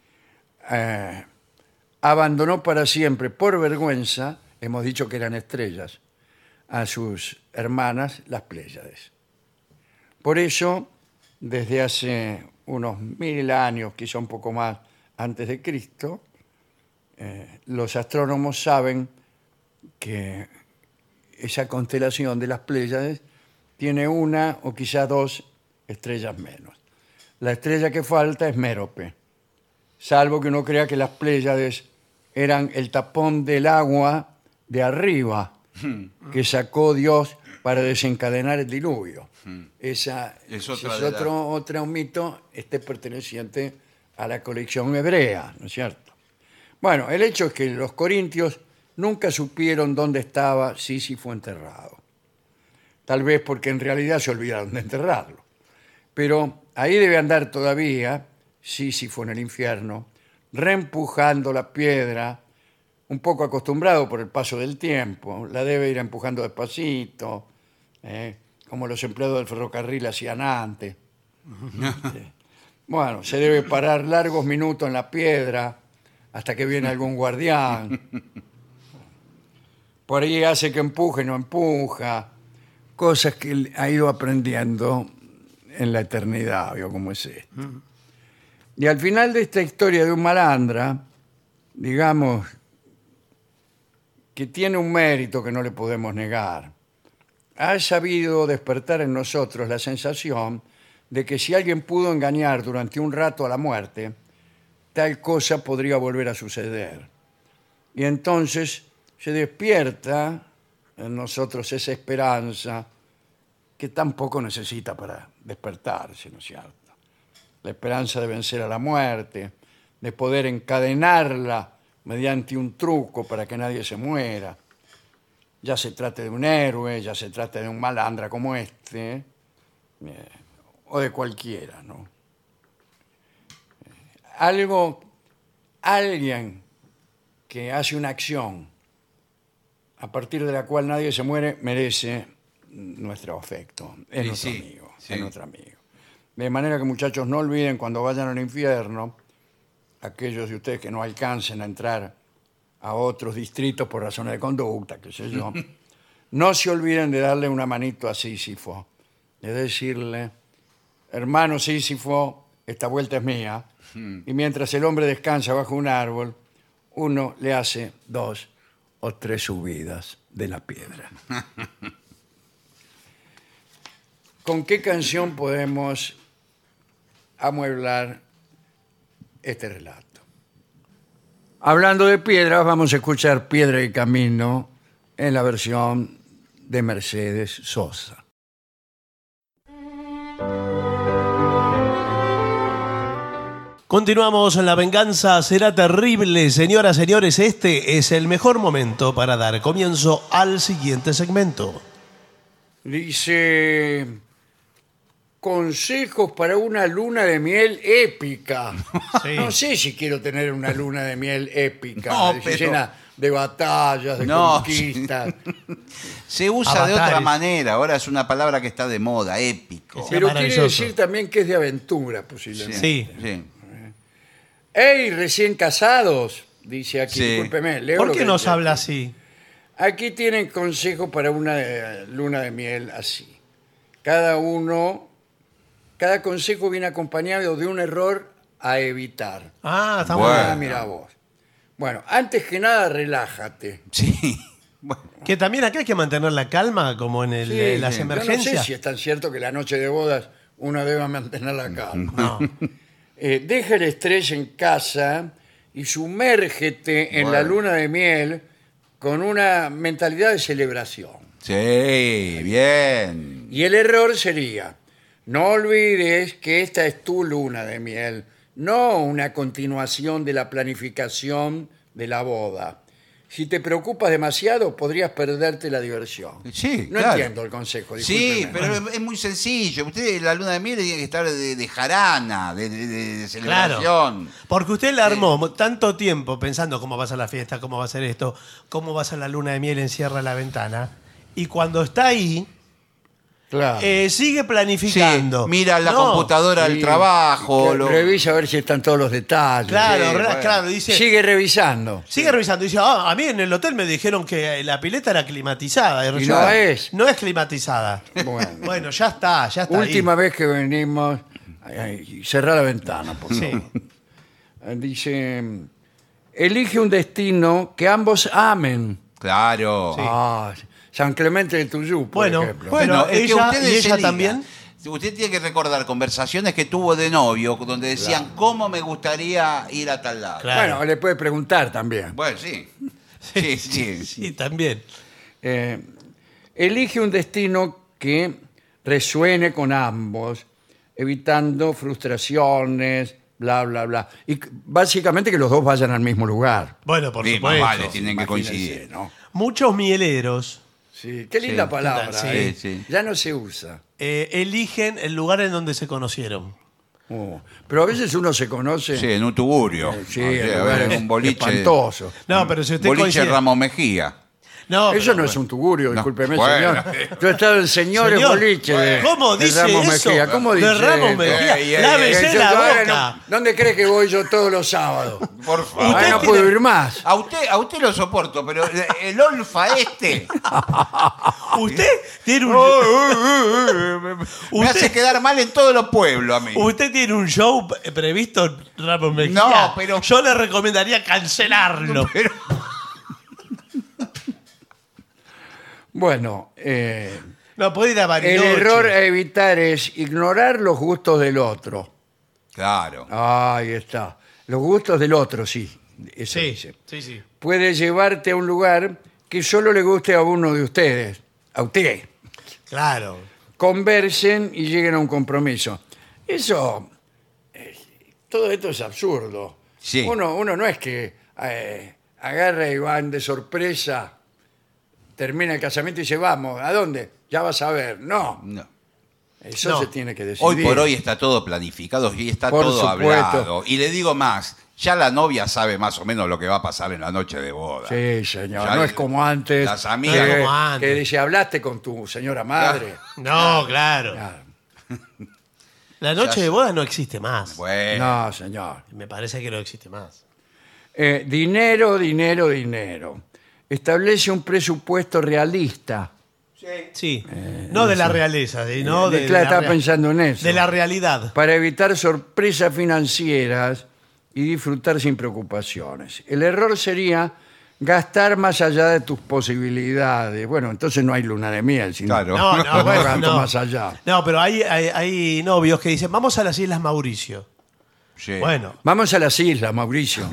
eh, abandonó para siempre, por vergüenza, hemos dicho que eran estrellas, a sus hermanas, las Pléyades. Por eso, desde hace unos mil años, quizá un poco más antes de Cristo, eh, los astrónomos saben que esa constelación de las Pléyades tiene una o quizá dos estrellas menos. La estrella que falta es Mérope, salvo que uno crea que las Pléyades eran el tapón del agua de arriba que sacó Dios para desencadenar el diluvio. Esa es, ese otra es de otro, la... otro mito este perteneciente a la colección hebrea, ¿no es cierto? Bueno, el hecho es que los corintios nunca supieron dónde estaba Sísifo enterrado. Tal vez porque en realidad se olvidaron de enterrarlo. Pero ahí debe andar todavía Sísifo en el infierno, reempujando la piedra, un poco acostumbrado por el paso del tiempo. La debe ir empujando despacito, ¿eh? como los empleados del ferrocarril hacían antes. Sí. Bueno, se debe parar largos minutos en la piedra hasta que viene algún guardián. Por ahí hace que empuje, no empuja. Cosas que ha ido aprendiendo en la eternidad, ¿vio cómo es esto? Y al final de esta historia de un malandra, digamos que tiene un mérito que no le podemos negar. Ha sabido despertar en nosotros la sensación de que si alguien pudo engañar durante un rato a la muerte, tal cosa podría volver a suceder. Y entonces se despierta en nosotros esa esperanza que tampoco necesita para despertarse, ¿no es cierto? La esperanza de vencer a la muerte, de poder encadenarla mediante un truco para que nadie se muera. Ya se trate de un héroe, ya se trate de un malandra como este, eh, o de cualquiera, ¿no? Eh, algo, alguien que hace una acción a partir de la cual nadie se muere merece nuestro afecto. Es Sí, nuestro sí, amigo, sí. es nuestro amigo. De manera que, muchachos, no olviden cuando vayan al infierno, aquellos de ustedes que no alcancen a entrar a otros distritos por razones de conducta, qué sé yo, no se olviden de darle una manito a Sísifo, de decirle, hermano Sísifo, esta vuelta es mía, y mientras el hombre descansa bajo un árbol, uno le hace dos o tres subidas de la piedra. ¿Con qué canción podemos amueblar este relato? Hablando de piedras, vamos a escuchar Piedra y Camino en la versión de Mercedes Sosa. Continuamos en La Venganza Será Terrible. Señoras, señores, este es el mejor momento para dar comienzo al siguiente segmento. Dice, consejos para una luna de miel épica. Sí. No sé si quiero tener una luna de miel épica, No, de- pero- llena de batallas, de No, conquistas. Se usa de Avatares. otra manera, ahora es una palabra que está de moda, épico. Sí. Pero quiere maravilloso. decir también que es de aventura, posiblemente. Sí. Sí. ¡Ey, recién casados! Dice aquí, Sí. discúlpeme. leo ¿Por lo qué que nos dice habla aquí. así? Aquí tienen consejos para una eh, luna de miel así. Cada uno, cada consejo viene acompañado de un error a evitar. Ah, está Bueno. Ah, bueno. mira vos. Bueno, antes que nada, relájate. Sí. Bueno, Que también acá hay que mantener la calma, como en, el, Sí, en las sí. Yo emergencias. no sé si es tan cierto que la noche de bodas uno debe mantener la calma. No. Eh, deja el estrés en casa y sumérgete en la Bueno. luna de miel con una mentalidad de celebración. sí, bien. Y el error sería, no olvides que esta es tu luna de miel, no una continuación de la planificación de la boda. Si te preocupas demasiado, podrías perderte la diversión. Sí, No claro. entiendo el consejo, Sí, discúlpeme. pero es- es muy sencillo. Usted, la luna de miel tiene que estar de, de jarana, de, de- de- de celebración. Claro. Porque usted la armó tanto tiempo pensando cómo va a ser la fiesta, cómo va a ser esto, cómo va a ser la luna de miel, encierra la ventana. Y cuando está ahí, Claro. eh, sigue Sí, planificando. mira la No, computadora del Sí, trabajo. que lo- Revisa a ver si están todos los detalles. Claro, Sí, re- bueno. claro, dice. Sigue revisando. Sigue revisando. Dice, ah, a mí en el hotel me dijeron que la pileta era climatizada. Y no resulta- es. No es climatizada. Bueno. Bueno, ya está, ya está. Última ahí. vez que venimos, ay, ay, cerrá la ventana, por Sí. favor. Eh, Dice, elige un destino que ambos amen. Claro. Ah, San Clemente de Tuyú, por Bueno, ejemplo. bueno. es que ella- ustedes ¿y ella elijan. también? Usted tiene que recordar conversaciones que tuvo de novio, donde decían, ¿cómo me gustaría ir a tal lado? Claro. Bueno, le puede preguntar también. Bueno, sí. Sí, sí. Sí, también. Eh, elige un destino que resuene con ambos, evitando frustraciones, bla, bla, bla. Y c- básicamente que los dos vayan al mismo lugar. Bueno, por Sí, más supuesto. vale, tienen que Imagínense, coincidir. ¿no? Muchos mieleros Sí, qué linda Sí, palabra. sí, ¿eh? sí. Ya no se usa. eh, eligen el lugar en donde se conocieron. Oh, pero a veces uno se conoce. Sí, en un tugurio. eh, sí, O sea, en a lugares ver, un boliche. espantosos. No, pero si usted Boliche coincide- Ramos Mejía. No, Eso pero no es bueno. un tugurio, No, discúlpeme, bueno. señor. Yo he estado en señores Señor, boliche de, ¿Cómo de dice Ramos eso? Mejía. ¿Cómo De dice Ramos eso? Mejía. Ey, ey, Lávese Que yo la ahora boca. no- ¿Dónde cree que voy yo todos los sábados? Por favor. Ah, no tiene- puedo ir más. A usted, a usted lo soporto, pero el olfa este Usted tiene un, me Usted- hace quedar mal en todos los pueblos a mí. usted tiene un show eh, previsto en Ramos Mejía. No, pero- Yo le recomendaría cancelarlo. Pero- Bueno, eh, No, puede ir a el Bariloche. error a evitar es ignorar los gustos del otro. Claro. Ahí está. Los gustos del otro, sí. Eso Sí, dice. sí, sí. Puede llevarte a un lugar que solo le guste a uno de ustedes, a usted. Claro. Conversen y lleguen a un compromiso. Eso, eh, todo esto es absurdo. Sí. Uno, uno no es que eh, agarra y van de sorpresa, termina el casamiento y dice, vamos, ¿a dónde? Ya vas a ver. No, No. eso No. se tiene que decidir. Hoy por hoy está todo planificado y está Por todo supuesto. hablado. Y le digo más, ya la novia sabe más o menos lo que va a pasar en la noche de boda. Sí, señor. Ya no le- es como antes. las amigas- que, No es como antes. que dice, hablaste con tu señora madre. No, claro. Claro. La noche Ya- de boda no existe más. Bueno, No, señor. Me parece que no existe más. Eh, dinero, dinero, dinero. Establece un presupuesto realista. Sí. no de la realeza, sino Eh, de, claro, de la estaba rea- pensando en eso. de la realidad. Para evitar sorpresas financieras y disfrutar sin preocupaciones. El error sería gastar más allá de tus posibilidades. Bueno, entonces no hay luna de miel. Sino Claro. No, no, no bueno, gasto no. más allá. No, pero hay, hay, hay novios que dicen, vamos a las Islas Mauricio. sí. Bueno, Vamos a las islas, Mauricio.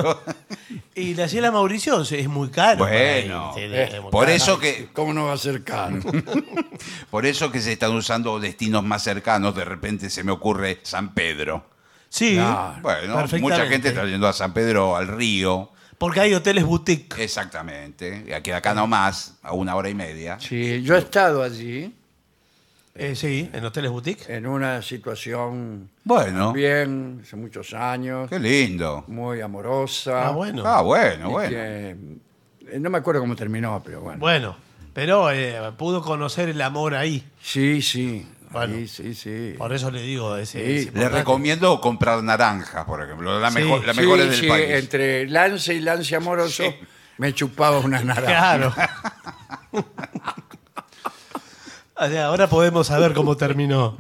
y las Islas Mauricio es muy caro. Bueno, para ir, eh, es muy por caro. eso que ¿Cómo no va a ser caro? por eso que se están usando destinos más cercanos. De repente se me ocurre San Pedro. Sí, Claro. Bueno, perfectamente. mucha gente está yendo a San Pedro, al río. Porque hay hoteles boutique. Exactamente. Y aquí acá nomás, a una hora y media. Sí, yo he estado allí Eh, sí, en hoteles boutique. en una situación Bueno, bien, hace muchos años, qué lindo. muy amorosa. Ah, bueno. Ah, bueno, y bueno. que, eh, no me acuerdo cómo terminó, pero bueno. Bueno, pero eh, pudo conocer el amor ahí. Sí, sí. Bueno. ahí, sí, sí. Por eso le digo, ese, Sí, es le Le importante. recomiendo comprar naranjas, por ejemplo. La Sí. mejor, las Sí, mejores del sí, país. entre lance y lance amoroso Sí. me chupaba una naranja. Claro. O sea, ahora podemos saber cómo terminó.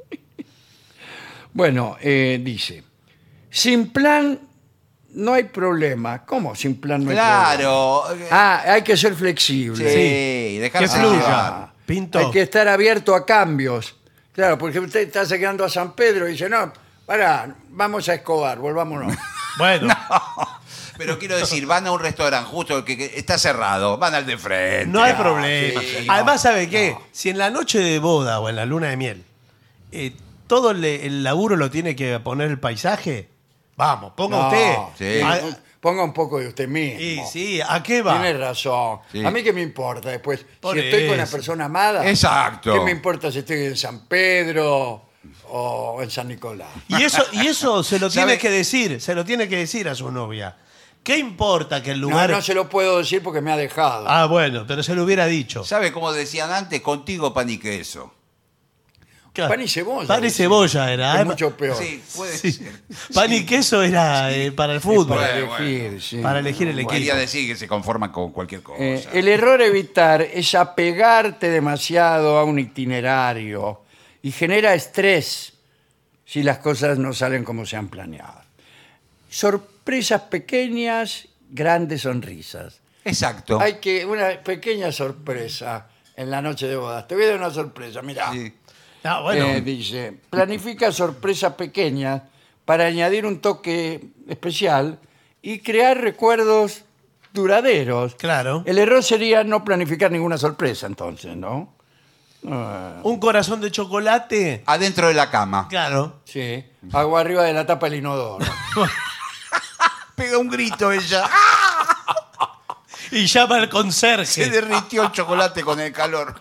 Bueno, eh, dice, sin plan no hay problema. ¿Cómo sin plan no hay problema? Claro. Ah, hay que ser flexible. Sí, dejarse Que fluya. llevar. Pinto. Hay que estar abierto a cambios. Claro, porque usted está llegando a San Pedro y dice, no, pará, vamos a Escobar, volvámonos. Bueno, Pero quiero decir, van a un restaurante justo que, que está cerrado, van al de frente. no hay Ah, problema. sí, Además, ¿sabe qué? Si en la noche de boda o en la luna de miel eh, todo le- el laburo lo tiene que poner el paisaje, vamos, ponga No, usted. Sí. Ah, Ponga un poco de usted mismo. y sí, ¿a qué va? Tiene razón. Sí. A mí qué me importa después. Por si estoy con la eso. persona amada. Exacto. ¿Qué me importa si estoy en San Pedro o en San Nicolás? Y eso, y eso se lo tiene ¿Sabe? que decir, se lo tiene que decir a su novia. ¿Qué importa que el No, lugar... no se lo puedo decir porque me ha dejado. Ah, bueno, pero se lo hubiera dicho. ¿Sabe cómo decían antes? Contigo pan y queso. Claro. Pan y cebolla. Pan y decía. cebolla era. Es ¿eh? mucho peor. Sí, puede Sí. ser. Pan y queso era eh, para el fútbol. Para Bueno, elegir, bueno. sí. Para elegir el equipo. Quería decir que se conforman con cualquier cosa. Eh, el error a evitar es apegarte demasiado a un itinerario y genera estrés si las cosas no salen como se han planeado. Sorpresas pequeñas, grandes sonrisas. Exacto. Hay que una pequeña sorpresa en la noche de bodas. Te voy a dar una sorpresa, mira. Sí. Ah, bueno, dice, planifica sorpresas pequeñas para añadir un toque especial y crear recuerdos duraderos. claro. El error sería no planificar ninguna sorpresa, entonces, ¿no? Ah, Un corazón de chocolate. Adentro de la cama. Claro. sí, hago arriba de la tapa del inodoro. Pega un grito ella. Y llama al Se conserje. derritió el chocolate con el calor.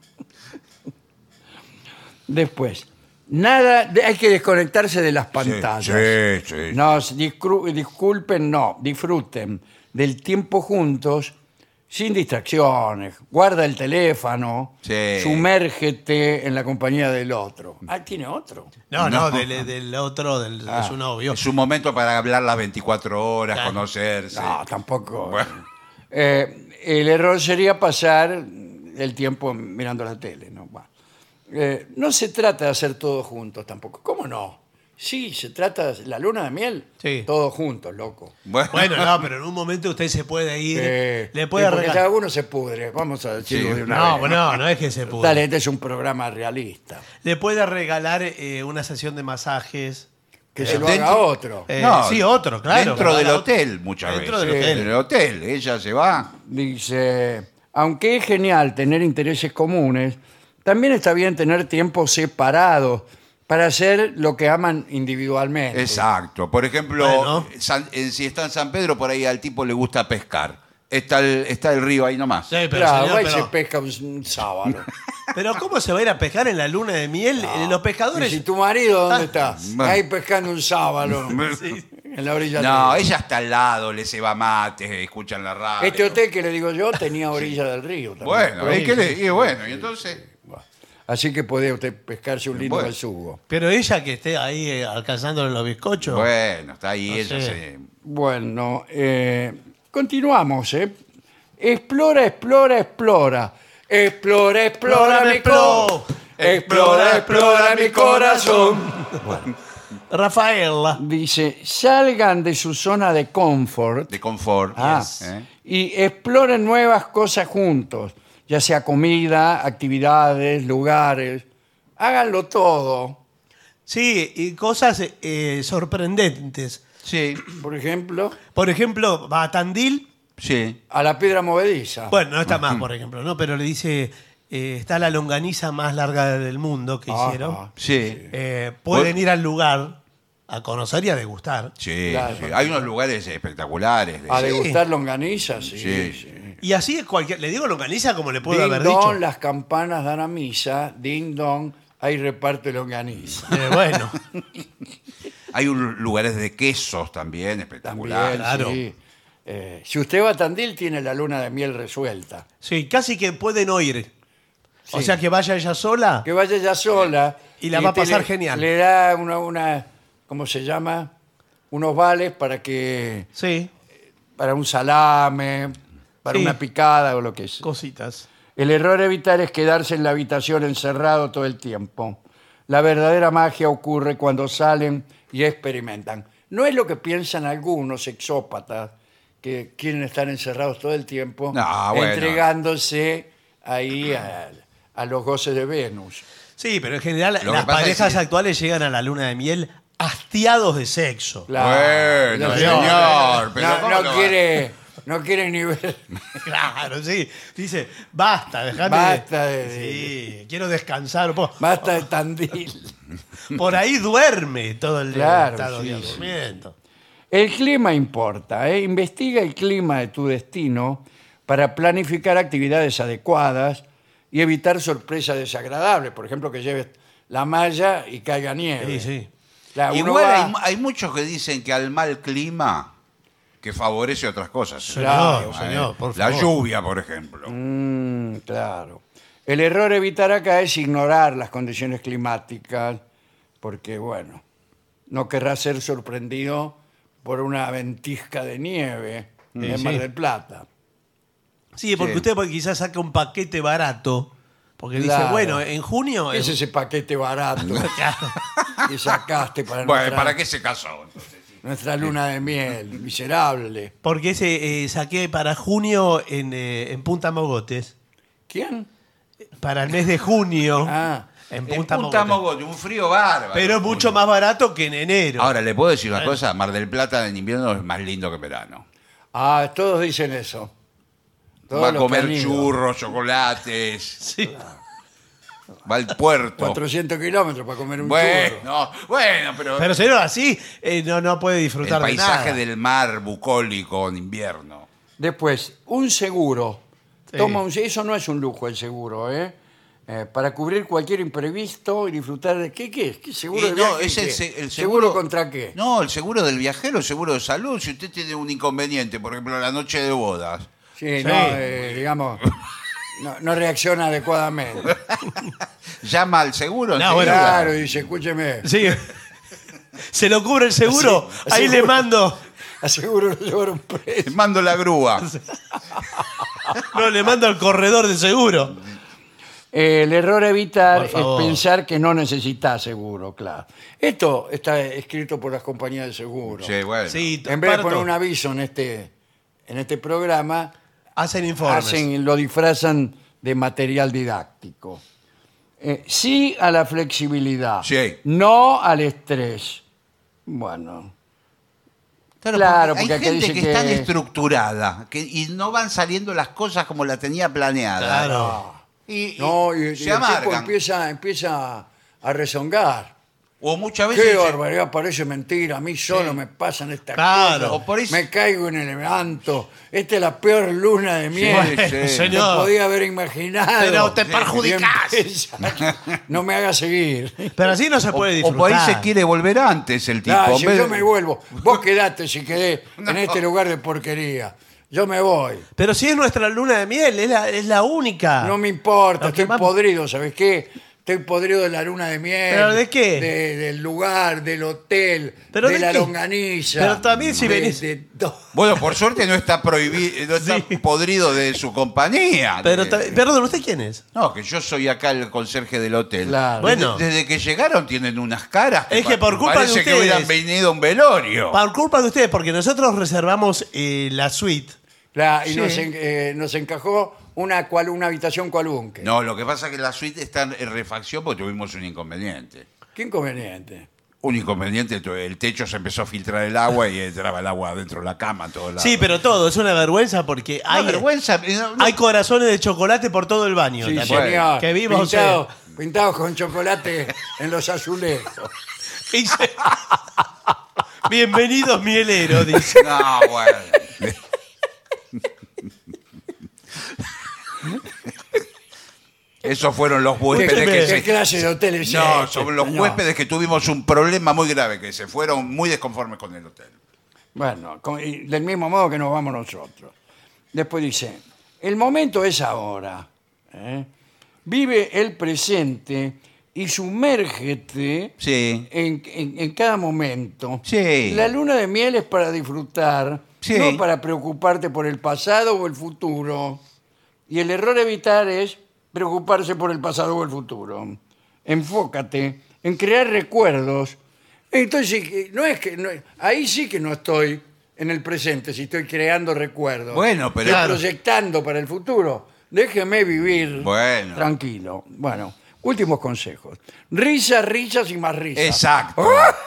Después, nada, de- hay que desconectarse de las pantallas. sí, sí. No, discru- disculpen, no, disfruten del tiempo juntos sin distracciones. Guarda el teléfono, Sí. sumérgete en la compañía del otro. Ah, ¿tiene otro? No, no, No. del, del otro, del, de su novio. Es un momento para hablar las veinticuatro horas, Claro. conocerse. No, tampoco. Bueno. Eh, el error sería pasar el tiempo mirando la tele. No, Bueno. Eh, no se trata de hacer todo juntos tampoco. ¿Cómo no? Sí, se trata de la luna de miel. Sí. Todos juntos, loco. Bueno, Bueno, no, pero en un momento usted se puede ir. Eh, le puede sí, porque regalar. cada uno se pudre. Vamos a decirlo Sí. de una No, vez. no, no es que se puede. Dale, este es un programa realista. Le puede regalar eh, una sesión de masajes. Que Eh, se lo dentro- haga otro. Eh, No, sí, otro, claro. Dentro del Regala- hotel, muchas Dentro veces. del hotel. En el hotel. Ella se va. Dice, aunque es genial tener intereses comunes, también está bien tener tiempos separados para hacer lo que aman individualmente. Exacto. Por ejemplo, Bueno. San- eh, si está en San Pedro, por ahí al tipo le gusta pescar. Está el, está el río ahí nomás. Sí, pero, Claro, señor, va y pero- se pesca un, un sábado. pero ¿cómo se va a ir a pescar en la luna de miel? Eh, Los ¿Y pescadores... si tu marido dónde está? Bueno. Ahí pescando un sábalo en la orilla No, del río. ella está al lado, le se va mate, escuchan la radio. Este hotel que le digo yo tenía orilla del río también. Bueno, ¿y qué le- y bueno, y entonces... Así que puede usted pescarse un lindo Bueno. besugo. Pero ella que esté ahí eh, alcanzándole los bizcochos. Bueno, está ahí, No ella sé. se... Bueno, eh, continuamos, ¿eh? Explora, explora, explora. Explora, explora mi corazón. Explora, explora mi corazón. Rafaela. Dice, salgan de su zona de confort de confort. Ah, ¿eh? y exploren nuevas cosas juntos, ya sea comida, actividades, lugares. Háganlo todo. Sí, y cosas eh, sorprendentes. Sí, Por ejemplo, Por ejemplo, va a Tandil. sí. a la piedra movediza. Bueno, no está más, por ejemplo, ¿no? Pero le dice, eh, está la longaniza más larga del mundo que Ajá. hicieron. Sí. Eh, pueden ir al lugar a conocer y a degustar. Sí, Claro. sí. Hay unos lugares espectaculares. de- A degustar longaniza, sí. Sí. sí. Y así es cualquier... Le digo longaniza como le puedo Ding haber dong, dicho. las campanas dan a misa. Ding dong, hay reparto de longaniza. Eh, bueno, Hay un- lugares de quesos también espectaculares. También, claro. sí. Eh, si usted va a Tandil, tiene la luna de miel resuelta. sí, casi que pueden oír. O Sí. sea, que vaya ella sola. Que vaya ella sola. Y la va a te pasar le- genial. Le da una, una, ¿cómo se llama? Unos vales para que Sí, para un salame, para Sí. una picada o lo que sea. cositas. El error a evitar es quedarse en la habitación encerrado todo el tiempo. La verdadera magia ocurre cuando salen y experimentan. No es lo que piensan algunos exópatas que quieren estar encerrados todo el tiempo, No, bueno. entregándose ahí a, a los goces de Venus. Sí, pero en general Lo que las pasa es parejas que- actuales llegan a la luna de miel hastiados de sexo. Bueno, no, señor, pero no, ¿cómo no lo va? quiere, no quiere ni ver. Claro, sí. Dice, basta, dejate Basta de- Sí, quiero descansar un poco. Basta de Tandil. Por ahí duerme todo el día. Claro, está todo el sí, día sí. durmiendo. El clima importa, ¿eh? Investiga el clima de tu destino para planificar actividades adecuadas y evitar sorpresas desagradables. Por ejemplo, que lleves la malla y caiga nieve. Sí, sí. Claro, uno Igual va- hay, hay muchos que dicen que al mal clima que favorece otras cosas. Claro, Señor, señor, por La favor. lluvia, por ejemplo. Mm, claro. El error a evitar acá es ignorar las condiciones climáticas, porque, bueno, no querrá ser sorprendido por una ventisca de nieve Sí, en Mar sí. del Plata. Sí, porque Sí. usted pues, quizás saca un paquete barato. Porque dice, Claro. bueno, en junio. ¿Qué es en- ese paquete barato Claro. que sacaste para, Bueno, nuestra, ¿para qué se casó? entonces? nuestra luna de miel? Miserable. Porque ese eh, saqué para junio en, eh, en Punta Mogotes. ¿Quién? Para el mes de junio. Ah, en En Punta, Punta Mogotes. Mogote, un frío bárbaro. Pero es mucho más barato que en enero. Ahora, le puedo decir una cosa, Mar del Plata en invierno es más lindo que en verano. ah, todos dicen eso. Todos Va a los que comer han ido. churros, chocolates, Sí. va al puerto. cuatrocientos kilómetros para comer un churro. Bueno, bueno, pero, Pero señor, así eh, no, no puede el disfrutar de paisaje nada. del mar bucólico en invierno. Después, un seguro. Sí. Toma un, eso no es un lujo el seguro, ¿eh? Eh, para cubrir cualquier imprevisto y disfrutar de... ¿Qué, qué es? ¿Qué seguro Y de no, viaje? es el, ¿Qué? se- el ¿Seguro seguro contra qué? No, el seguro del viajero, el seguro de salud. Si usted tiene un inconveniente, por ejemplo, la noche de bodas. Sí, Sí. no, eh, digamos, no, no reacciona adecuadamente. Llama al seguro. No, bueno, enseguida. Claro, y dice, escúcheme, Sí. ¿Se lo cubre el seguro? Sí, Ahí seguro. le mando. aseguro llevar un precio. Mando la grúa. No, le mando al corredor de seguro. Eh, el error a evitar Por es favor. pensar que no necesitas seguro, claro. Esto está escrito por las compañías de seguro. Sí, bueno. Sí, En vez de parto. poner un aviso en este, en este programa, Hacen informes. hacen, lo disfrazan de material didáctico. Eh, sí a la flexibilidad, Sí. no al estrés. Bueno, Claro, porque porque hay acá gente dice que, que- es tan estructurada que, y no van saliendo las cosas como la tenía planeada. Claro. Y, y No, y, y se el tipo amargan. empieza, empieza a rezongar. O muchas veces Qué dice, barbaridad, parece mentira. A mí solo me pasan estas Claro. cosas. O por ahí- Me caigo en el levanto. Esta es la peor luna de miel sí. que Señor. podía haber imaginado. Pero te Y perjudicás. empieza, no me haga seguir. Pero así no se puede o disfrutar. por ahí se quiere volver antes el tipo. Ah, en si vez yo de- me vuelvo. Vos quedate si quedé en este lugar de porquería. Yo me voy. Pero si es nuestra luna de miel, es la, es la única. No me importa, Lo que estoy más- podrido, ¿sabes qué? Estoy podrido de la luna de miel. ¿Pero de qué? de- del lugar, del hotel, ¿Pero de, de la qué? longaniza. Pero también si de- venís- de todo. Bueno, por suerte no está prohibido, no está Sí. podrido de su compañía. Pero, De- ta- perdón, ¿usted quién es? No, que yo soy acá el conserje del hotel. Claro. Bueno. Desde, desde que llegaron tienen unas caras Es que pa- por culpa parece de que ustedes. hubieran venido a un velorio. Por culpa de ustedes, porque nosotros reservamos eh, la suite. La- y Sí. nos, en- eh, nos encajó una, cual, una habitación cualunque. No, lo que pasa es que la suite está en refacción porque tuvimos un inconveniente. Qué inconveniente. Un inconveniente, el techo se empezó a filtrar el agua y entraba el agua dentro de la cama a todos lados. Sí, pero todo, es una vergüenza porque Una hay, vergüenza. no, no. hay corazones de chocolate por todo el baño. Sí, también. señor. Que viva José. Pintado- Pintados con chocolate en los azulejos. Dice, bienvenidos mieleros, dice. No, bueno. Esos fueron los ¿Qué, huéspedes que qué se... clase de hotel es No, este, son los señor? huéspedes que tuvimos un problema muy grave, que se fueron muy desconformes con el hotel. Bueno, con- y del mismo modo que nos vamos nosotros. Después dice, el momento es ahora. ¿eh? Vive el presente y sumérgete Sí. en, en- en cada momento. Sí. La luna de miel es para disfrutar, Sí. no para preocuparte por el pasado o el futuro. Y el error a evitar es preocuparse por el pasado o el futuro. Enfócate en crear recuerdos. Entonces, eh, no es que no- ahí sí que no estoy en el presente, si estoy creando recuerdos. Bueno, pero- Estoy Claro. proyectando para el futuro. Déjeme vivir Bueno. tranquilo. Bueno, últimos consejos. Risas, risas y más risas. Exacto.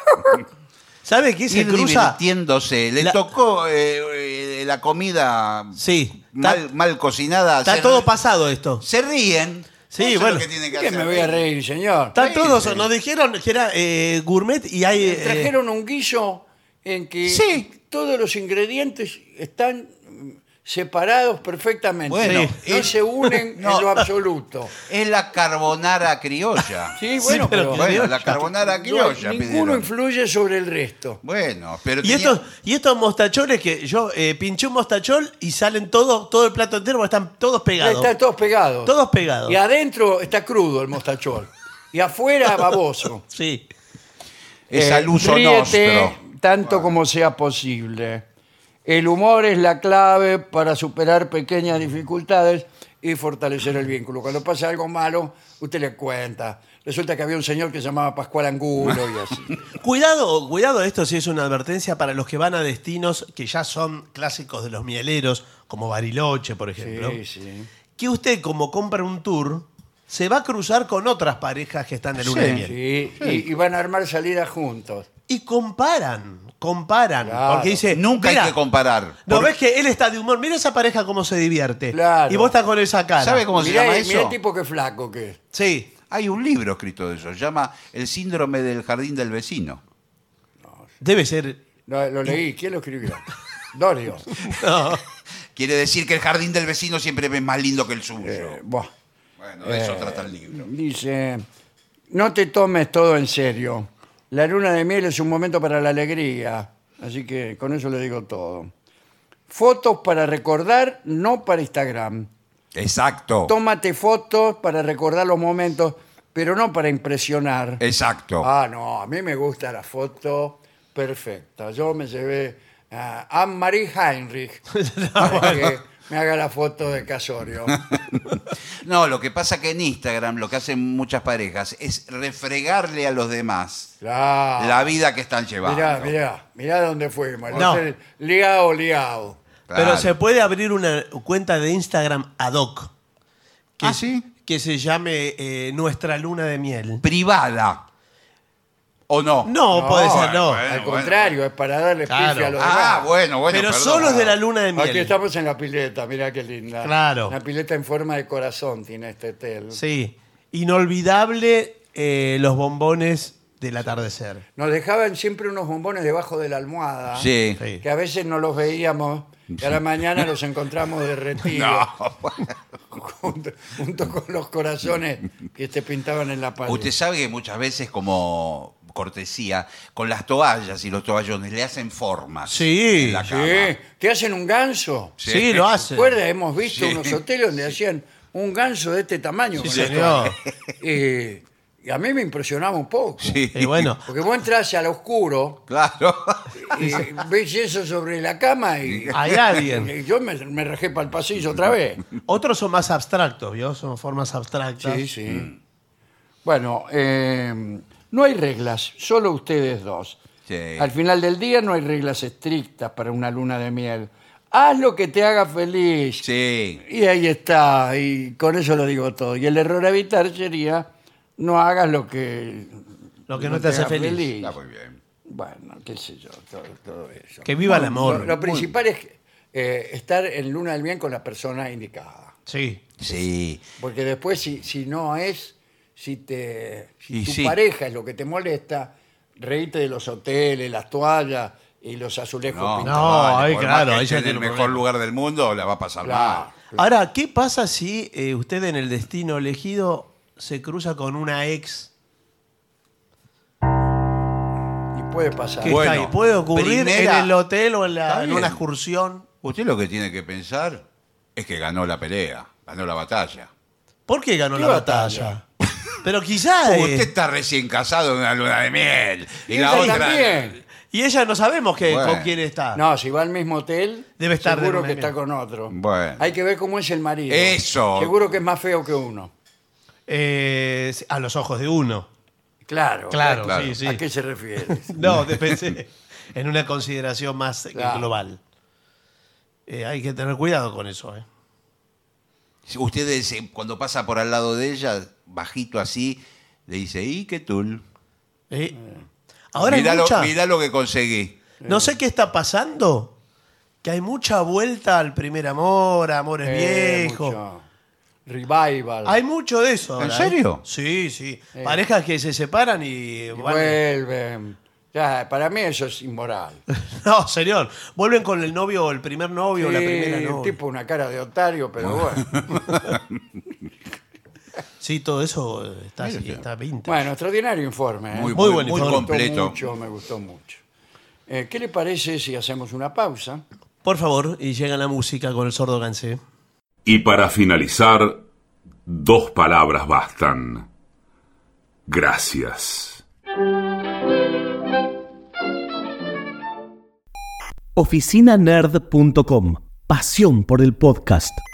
¿Sabe qué se Ir cruza? divirtiéndose. Le La- tocó eh, eh, la comida Sí, mal, está, mal cocinada. está se, todo pasado esto. se ríen. Sí, Eso es bueno. lo que tienen que ¿Qué hacer. me voy a reír, señor? Están Sí, todos, sí. nos dijeron que era eh, gourmet y hay... Me eh, trajeron un guiso en que Sí. todos los ingredientes están mm, separados perfectamente. Bueno, no y- se unen No. en lo absoluto. Es la carbonara criolla. Sí, bueno, pero pero, Bueno, la carbonara no- criolla. ninguno pidieron. influye sobre el resto. Bueno, pero Y tenía- estos, y estos mostacholes que yo eh, pinché un mostachol y salen todo, todo el plato entero, porque están todos pegados. Están todos pegados. Todos pegados. Y adentro está crudo el mostachol. Y afuera baboso. Sí. es Eh, al uso ríete nostro. tanto como sea posible. El humor es la clave para superar pequeñas dificultades y fortalecer el vínculo. Cuando pasa algo malo, usted le cuenta. Resulta que había un señor que se llamaba Pascual Angulo y así. Cuidado, cuidado, esto sí es una advertencia para los que van a destinos que ya son clásicos de los mieleros, como Bariloche, por ejemplo. Sí, sí. Que usted, como compra un tour, se va a cruzar con otras parejas que están de luna Sí, de miel. Sí, Y, y van a armar salidas juntos. Y comparan, comparan. Claro. Porque dice, Nunca "Mira, hay que comparar. ¿no Por- ves que él está de humor? Mira esa pareja cómo se divierte. Claro. Y vos estás con esa cara. ¿Sabe cómo se Mirá, llama mirá eso? el tipo que flaco que es. Sí. Hay un libro escrito de eso. Se llama El síndrome del jardín del vecino. Debe ser... Lo, lo leí. ¿Quién lo escribió? Dorio. No. Quiere decir que el jardín del vecino siempre es más lindo que el suyo. Eh, buah. Bueno, de eso trata el libro. Dice, no te tomes todo en serio. La luna de miel es un momento para la alegría. Así que con eso le digo todo. Fotos para recordar, no para Instagram. Exacto. Tómate fotos para recordar los momentos, pero no para impresionar. Exacto. Ah, no, a mí me gusta la foto perfecta. Yo me llevé a Anne-Marie Heinrich para que me haga la foto de Casorio. No, lo que pasa que en Instagram lo que hacen muchas parejas es refregarle a los demás Claro. la vida que están llevando. Mirá, mirá, mirá dónde fuimos. El No. hotel Liao, Liao. Claro. Pero se puede abrir una cuenta de Instagram ad hoc. Que, ¿Ah, sí? que se llame eh, Nuestra Luna de Miel. Privada. ¿O no? No, puede ser, no. bueno, Al bueno. contrario, es para darle Claro. pifia a los Ah, demás. bueno, bueno. Pero perdón. solo es de la luna de miel. Aquí estamos en la pileta, mirá qué linda. Claro. Una pileta en forma de corazón tiene este hotel. Sí. Inolvidable eh, los bombones del atardecer. Nos dejaban siempre unos bombones debajo de la almohada. Sí. Sí. Que a veces no los veíamos y a la mañana los encontramos derretidos. No. junto, junto con los corazones que te pintaban en la pared. Usted sabe que muchas veces, como cortesía, con las toallas y los toallones le hacen formas. Sí, en la Sí, cama. ¿te hacen un ganso? Sí, Sí. lo hace. ¿Recuerda? Hemos visto Sí. unos hoteles donde hacían un ganso de este tamaño. Sí, con la señor. Eh, y a mí me impresionaba un poco. Sí. Y bueno, Porque vos entras al oscuro Claro. y ves eso sobre la cama y, hay alguien. y yo me, me rajé para el pasillo otra vez. Otros son más abstractos, ¿vio? Son formas abstractas. Sí, sí. Bueno, eh, no hay reglas, solo ustedes dos. Sí. Al final del día no hay reglas estrictas para una luna de miel. Haz lo que te haga feliz. Sí. Y ahí está, y con eso lo digo todo. Y el error a evitar sería no hagas lo que Lo que no te hace haga feliz. Está muy bien. Bueno, qué sé yo, todo, todo eso. Que viva el amor. Lo, lo principal es eh, estar en luna del bien con la persona indicada. Sí. Sí. Porque después, si, si no es, si, te, si Y tu sí. pareja es lo que te molesta, reíte de los hoteles, las toallas y los azulejos No, pintados. No, vale, ahí por claro, más que ahí ya esté en tiene el un mejor problema. lugar del mundo la va a pasar Claro. mal. Ahora, ¿qué pasa si eh, usted en el destino elegido se cruza con una ex Y puede pasar. que Bueno, está ahí? ¿Puede ocurrir primera- en el hotel o en, la- Está en una bien. excursión? Usted lo que tiene que pensar es que ganó la pelea, ganó la batalla. ¿Por qué ganó ¿Qué la batalla? batalla? Pero quizás... eh, Usted está recién casado en una luna de miel. Y, Y la ella otra. también. y ella no sabemos que, Bueno. con quién está. No, si va al mismo hotel, Debe estar de seguro luna que de está miel. con otro. Bueno. Hay que ver cómo es el marido. Eso. Seguro que es más feo que uno. Eh, a los ojos de uno. Claro. Claro, claro. sí, sí. ¿A qué se refiere? No, pensé en una consideración más eh, Claro. global. Eh, hay que tener cuidado con eso. ¿eh? Si usted eh, cuando pasa por al lado de ella, bajito así, le dice, ¿y qué tul? Eh, Ahora hay mirá, lo, mucha... mirá lo que conseguí. No sé qué está pasando, que hay mucha vuelta al primer amor, a amores Eh, viejos. mucho. Revival. Hay mucho de eso. ¿En ahora, ¿eh? serio? Sí, sí. Parejas que se separan y... Y van- vuelven. Ya, para mí eso es inmoral. No, señor. Vuelven con el novio o el primer novio o la Sí, primera novia. tipo una cara de otario, pero bueno. Sí, todo eso eh, está así, está vintage. Bueno, extraordinario informe. ¿eh? Muy, Muy muy, buen muy informe. Me gustó completo. mucho, me gustó mucho. Eh, ¿Qué le parece si hacemos una pausa? Por favor, y llega la música con el sordo Gansé. Y para finalizar, dos palabras bastan. Gracias. oficina nerd punto com. Pasión por el podcast.